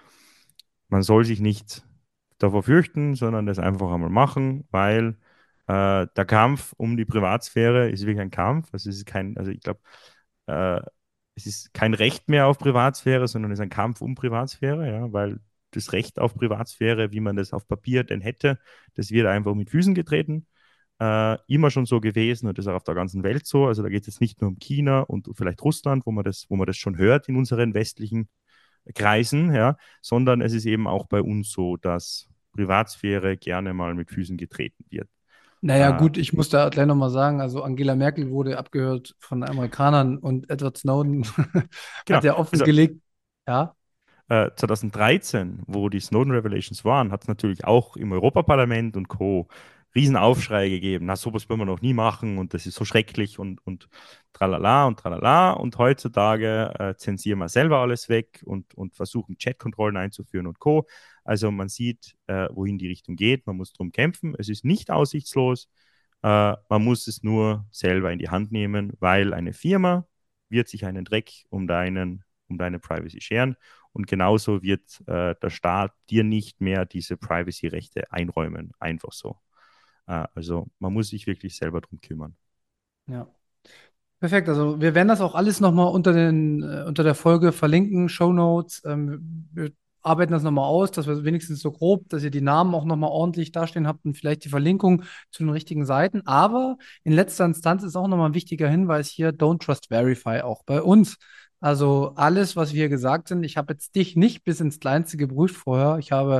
man soll sich nicht davor fürchten, sondern das einfach einmal machen, weil äh, der Kampf um die Privatsphäre ist wirklich ein Kampf. Also es ist kein, also ich glaube, äh, es ist kein Recht mehr auf Privatsphäre, sondern es ist ein Kampf um Privatsphäre, ja, weil das Recht auf Privatsphäre, wie man das auf Papier denn hätte, das wird einfach mit Füßen getreten. Äh, immer schon so gewesen und das ist auch auf der ganzen Welt so. Also da geht es jetzt nicht nur um China und vielleicht Russland, wo man das, wo man das schon hört in unseren westlichen Kreisen, ja, sondern es ist eben auch bei uns so, dass Privatsphäre gerne mal mit Füßen getreten wird. Naja, Äh, gut, ich muss da gleich nochmal sagen, also Angela Merkel wurde abgehört von Amerikanern und Edward Snowden genau, hat ja also offengelegt, ja, äh, zwanzig dreizehn, wo die Snowden Revelations waren, hat es natürlich auch im Europaparlament und Co. Riesenaufschrei gegeben. Na, sowas wollen wir noch nie machen und das ist so schrecklich und, und tralala und tralala. Und heutzutage äh, zensieren wir selber alles weg und, und versuchen Chatkontrollen einzuführen und Co. Also man sieht, äh, wohin die Richtung geht. Man muss drum kämpfen. Es ist nicht aussichtslos. Äh, man muss es nur selber in die Hand nehmen, weil eine Firma wird sich einen Dreck um deinen, um deine Privacy scheren. Und genauso wird äh, der Staat dir nicht mehr diese Privacy-Rechte einräumen. Einfach so. Äh, also man muss sich wirklich selber drum kümmern. ja. Perfekt, also wir werden das auch alles nochmal unter den, äh, unter der Folge verlinken, Shownotes. Ähm, wir arbeiten das nochmal aus, dass wir wenigstens so grob, dass ihr die Namen auch nochmal ordentlich dastehen habt und vielleicht die Verlinkung zu den richtigen Seiten. Aber in letzter Instanz ist auch nochmal ein wichtiger Hinweis hier, Don't Trust Verify auch bei uns. Also alles, was wir hier gesagt sind, ich habe jetzt dich nicht bis ins Kleinste geprüft vorher. Ich habe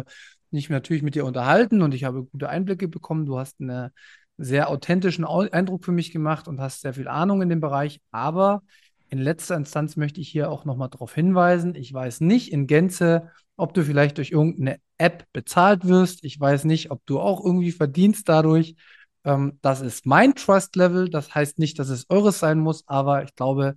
mich natürlich mit dir unterhalten und ich habe gute Einblicke bekommen. Du hast einen sehr authentischen Au- Eindruck für mich gemacht und hast sehr viel Ahnung in dem Bereich. Aber in letzter Instanz möchte ich hier auch nochmal darauf hinweisen, ich weiß nicht in Gänze, ob du vielleicht durch irgendeine App bezahlt wirst. Ich weiß nicht, ob du auch irgendwie verdienst dadurch. Ähm, das ist mein Trust-Level. Das heißt nicht, dass es eures sein muss, aber ich glaube,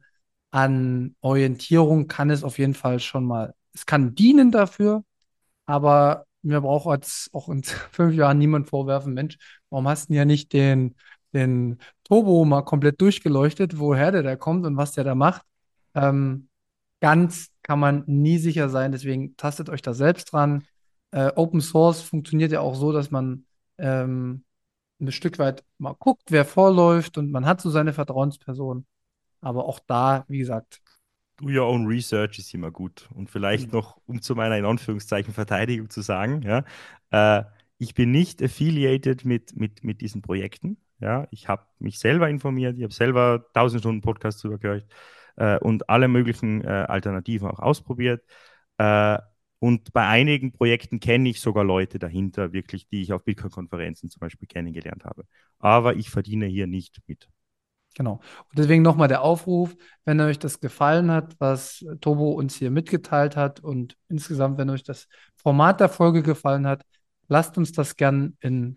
an Orientierung kann es auf jeden Fall schon mal, es kann dienen dafür, aber mir braucht jetzt auch in fünf Jahren niemand vorwerfen, Mensch, warum hast du denn ja nicht den, den Turbo mal komplett durchgeleuchtet, woher der da kommt und was der da macht? Ähm, ganz kann man nie sicher sein, deswegen tastet euch da selbst dran. Äh, Open Source funktioniert ja auch so, dass man ähm, ein Stück weit mal guckt, wer vorläuft und man hat so seine Vertrauensperson. Aber auch da, wie gesagt, Do your own research ist immer gut. Und vielleicht genau. noch, um zu meiner in Anführungszeichen Verteidigung zu sagen, ja, äh, ich bin nicht affiliated mit, mit, mit diesen Projekten. Ja, ich habe mich selber informiert, ich habe selber tausend Stunden Podcasts drüber gehört äh, und alle möglichen äh, Alternativen auch ausprobiert. Äh, und bei einigen Projekten kenne ich sogar Leute dahinter, wirklich, die ich auf Bitcoin-Konferenzen zum Beispiel kennengelernt habe. Aber ich verdiene hier nicht mit. Genau. Und deswegen nochmal der Aufruf, wenn euch das gefallen hat, was Tobo uns hier mitgeteilt hat und insgesamt, wenn euch das Format der Folge gefallen hat, lasst uns das gern in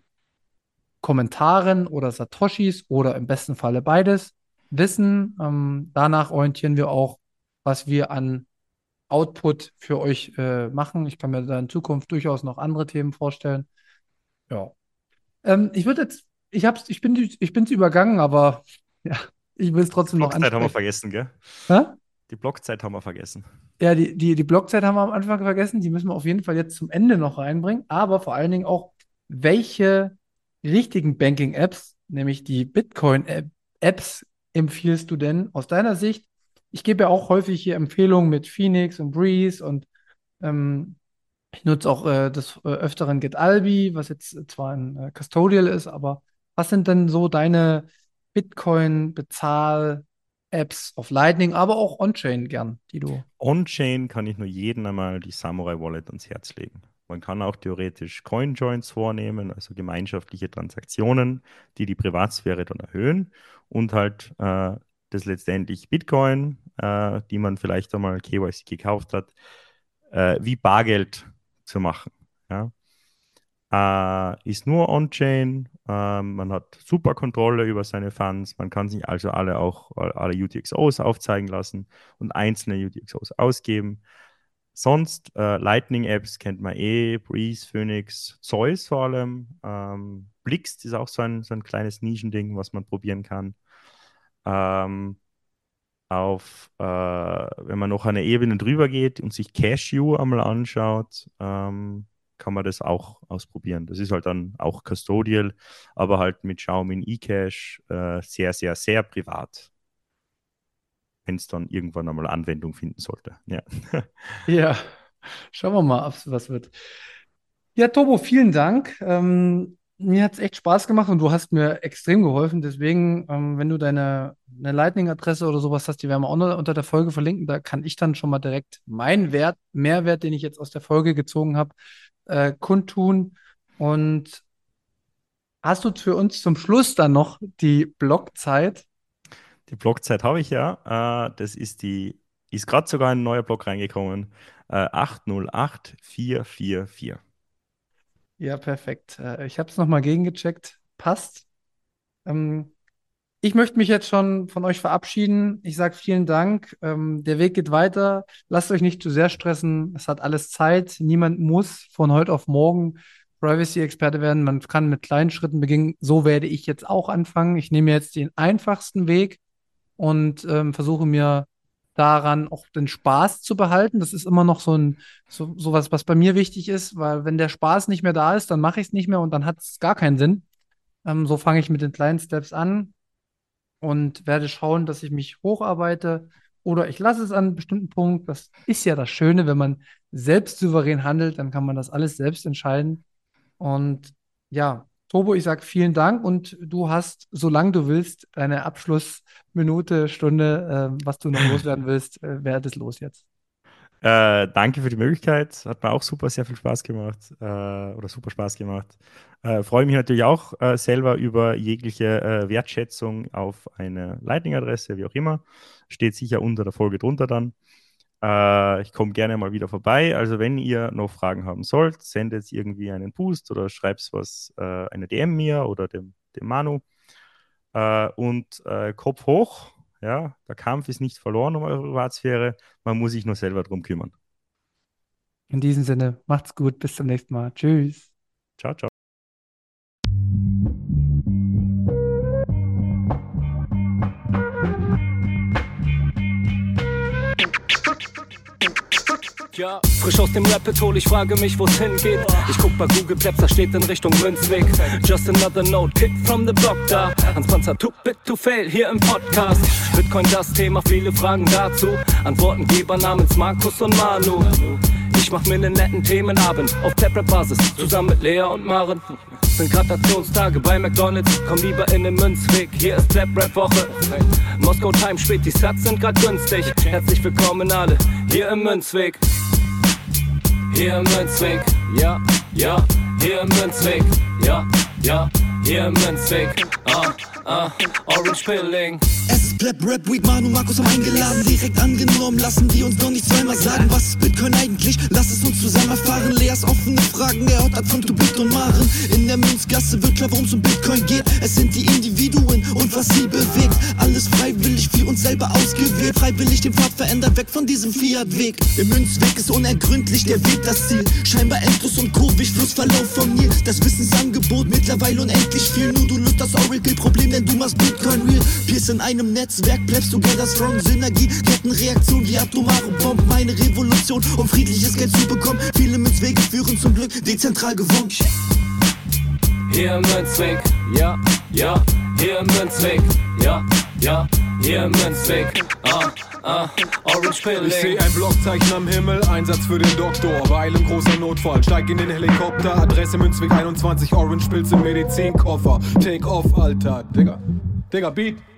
Kommentaren oder Satoshis oder im besten Falle beides wissen. Ähm, danach orientieren wir auch, was wir an Output für euch äh, machen. Ich kann mir da in Zukunft durchaus noch andere Themen vorstellen. Ja. Ähm, ich würde jetzt, ich hab's, ich bin, ich bin's übergangen, aber ja, ich will es Die trotzdem noch Blockzeit haben wir ansprechen. vergessen, gell? Hä? Die Blockzeit haben wir vergessen. Ja, die, die, die Blockzeit haben wir am Anfang vergessen. Die müssen wir auf jeden Fall jetzt zum Ende noch reinbringen. Aber vor allen Dingen auch, welche richtigen Banking-Apps, nämlich die Bitcoin-Apps, empfiehlst du denn aus deiner Sicht? Ich gebe ja auch häufig hier Empfehlungen mit Phoenix und Breeze und ähm, ich nutze auch äh, des äh, Öfteren GetAlbi, was jetzt zwar ein äh, Custodial ist, aber was sind denn so deine Bitcoin-Bezahl-Apps auf Lightning, aber auch On-Chain gern, die du. On-Chain kann ich nur jedem einmal die Samurai Wallet ans Herz legen. Man kann auch theoretisch Coin-Joins vornehmen, also gemeinschaftliche Transaktionen, die die Privatsphäre dann erhöhen und halt äh, das letztendlich Bitcoin, äh, die man vielleicht einmal K Y C gekauft hat, äh, wie Bargeld zu machen. Ja? Äh, ist nur On-Chain, äh, man hat super Kontrolle über seine Funds, man kann sich also alle auch alle U T X Os aufzeigen lassen und einzelne U T X Os ausgeben. Sonst äh, Lightning-Apps kennt man eh, Breeze, Phoenix, Zeus vor allem. Ähm, Blixt ist auch so ein, so ein kleines Nischending, was man probieren kann. Ähm, auf, äh, wenn man noch eine Ebene drüber geht und sich Cashew einmal anschaut, ähm, kann man das auch ausprobieren. Das ist halt dann auch Custodial, aber halt mit Xiaomi eCash äh, sehr, sehr, sehr privat, wenn es dann irgendwann einmal Anwendung finden sollte. Ja. Ja, schauen wir mal, ob es was wird. Ja, Tobo, vielen Dank. Ähm, mir hat es echt Spaß gemacht und du hast mir extrem geholfen. Deswegen, ähm, wenn du deine eine Lightning-Adresse oder sowas hast, die werden wir auch noch unter der Folge verlinken. Da kann ich dann schon mal direkt meinen Wert, Mehrwert, den ich jetzt aus der Folge gezogen habe, äh, kundtun. Und hast du für uns zum Schluss dann noch die Blockzeit? Die Blockzeit habe ich ja. Äh, das ist die, ist gerade sogar ein neuer Block reingekommen. Äh, acht null acht vier vier vier. Ja, perfekt. Äh, ich habe es nochmal gegengecheckt. Passt. Ähm, Ich möchte mich jetzt schon von euch verabschieden. Ich sage vielen Dank. Ähm, der Weg geht weiter. Lasst euch nicht zu sehr stressen. Es hat alles Zeit. Niemand muss von heute auf morgen Privacy-Experte werden. Man kann mit kleinen Schritten beginnen. So werde ich jetzt auch anfangen. Ich nehme jetzt den einfachsten Weg und ähm, versuche mir daran auch den Spaß zu behalten. Das ist immer noch so ein so, so was, was bei mir wichtig ist, weil wenn der Spaß nicht mehr da ist, dann mache ich es nicht mehr und dann hat es gar keinen Sinn. Ähm, so fange ich mit den kleinen Steps an und werde schauen, dass ich mich hocharbeite oder ich lasse es an einem bestimmten Punkt. Das ist ja das Schöne, wenn man selbst souverän handelt, dann kann man das alles selbst entscheiden. Und ja, Tobo, ich sage vielen Dank und du hast, solange du willst, deine Abschlussminute, Stunde, äh, was du noch loswerden willst, äh, werd es los jetzt. Äh, danke für die Möglichkeit. Hat mir auch super sehr viel Spaß gemacht. Äh, oder super Spaß gemacht. Äh, freue mich natürlich auch äh, selber über jegliche äh, Wertschätzung auf eine Lightning-Adresse, wie auch immer. Steht sicher unter der Folge drunter dann. Äh, ich komme gerne mal wieder vorbei. Also wenn ihr noch Fragen haben sollt, sendet irgendwie einen Boost oder schreibt was, äh, eine D M mir oder dem, dem Manu. Äh, und äh, Kopf hoch. Ja, der Kampf ist nicht verloren um eure Privatsphäre. Man muss sich nur selber drum kümmern. In diesem Sinne, macht's gut, bis zum nächsten Mal. Tschüss. Ciao, ciao. Ja, frisch aus dem Rapid Hole, ich frage mich, wo's hingeht. Ich guck bei Google Maps, da steht in Richtung Münzweg. Just another note, Kid from the block da. Hans Panzer, too big to fail, hier im Podcast. Bitcoin das Thema, viele Fragen dazu. Antwortengeber namens Markus und Manu. Ich mach mir einen netten Themenabend auf Taprap-Basis, zusammen mit Lea und Maren. Sind Gratationstage bei McDonalds, komm lieber in den Münzweg, hier ist Trap-Rap-Woche. Moskau Time spät, die Sats sind grad günstig. Herzlich willkommen alle, hier im Münzweg. Hier im Münzweg, ja, ja, hier im Münzweg, ja, ja, hier im Münzweg, ah, ah, Orange Pilling. Es ist Pleb, Rap, Weed, Manu, Markus haben eingeladen, direkt angenommen, lassen die uns noch nicht zweimal sagen, was ist Bitcoin eigentlich, lass es uns zusammen erfahren, Leas offene Fragen, er haut ab von Tubit und Maren, in der Münzgasse wird klar, worum es um Bitcoin geht, es sind die Individuen und was sie bewegt, alles freiwillig für uns selber ausgewählt, freiwillig den Pfad verändert, weg von diesem Fiat-Weg, im Münzweg ist unergründlich, der Weg das Ziel, scheinbar endlos und kurvig, Flussverlauf von mir, das Wissensangebot mittlerweile unendlich viel, nur du löst das Oracle-Problem, denn du machst Bitcoin real, Peers in einem Netzwerk, Plebs together strong, Synergie, Kettenreaktion wie atomare Bomben, meine Revolution, um friedliches Geld zu bekommen, viele Münzwege führen zum Glück, dezentral gewonnen. Hier im Münzweg, ja, ja, hier im Münzweg, ja, ja, hier im Münzweg, ah, ah, Orange Pilling. Ich seh ein Blockzeichen am Himmel, Einsatz für den Doktor, weil im großer Notfall, steig in den Helikopter, Adresse Münzweg einundzwanzig, Orange Pilz im Medizinkoffer, Take off, Alter, Digga, Digga, Beat.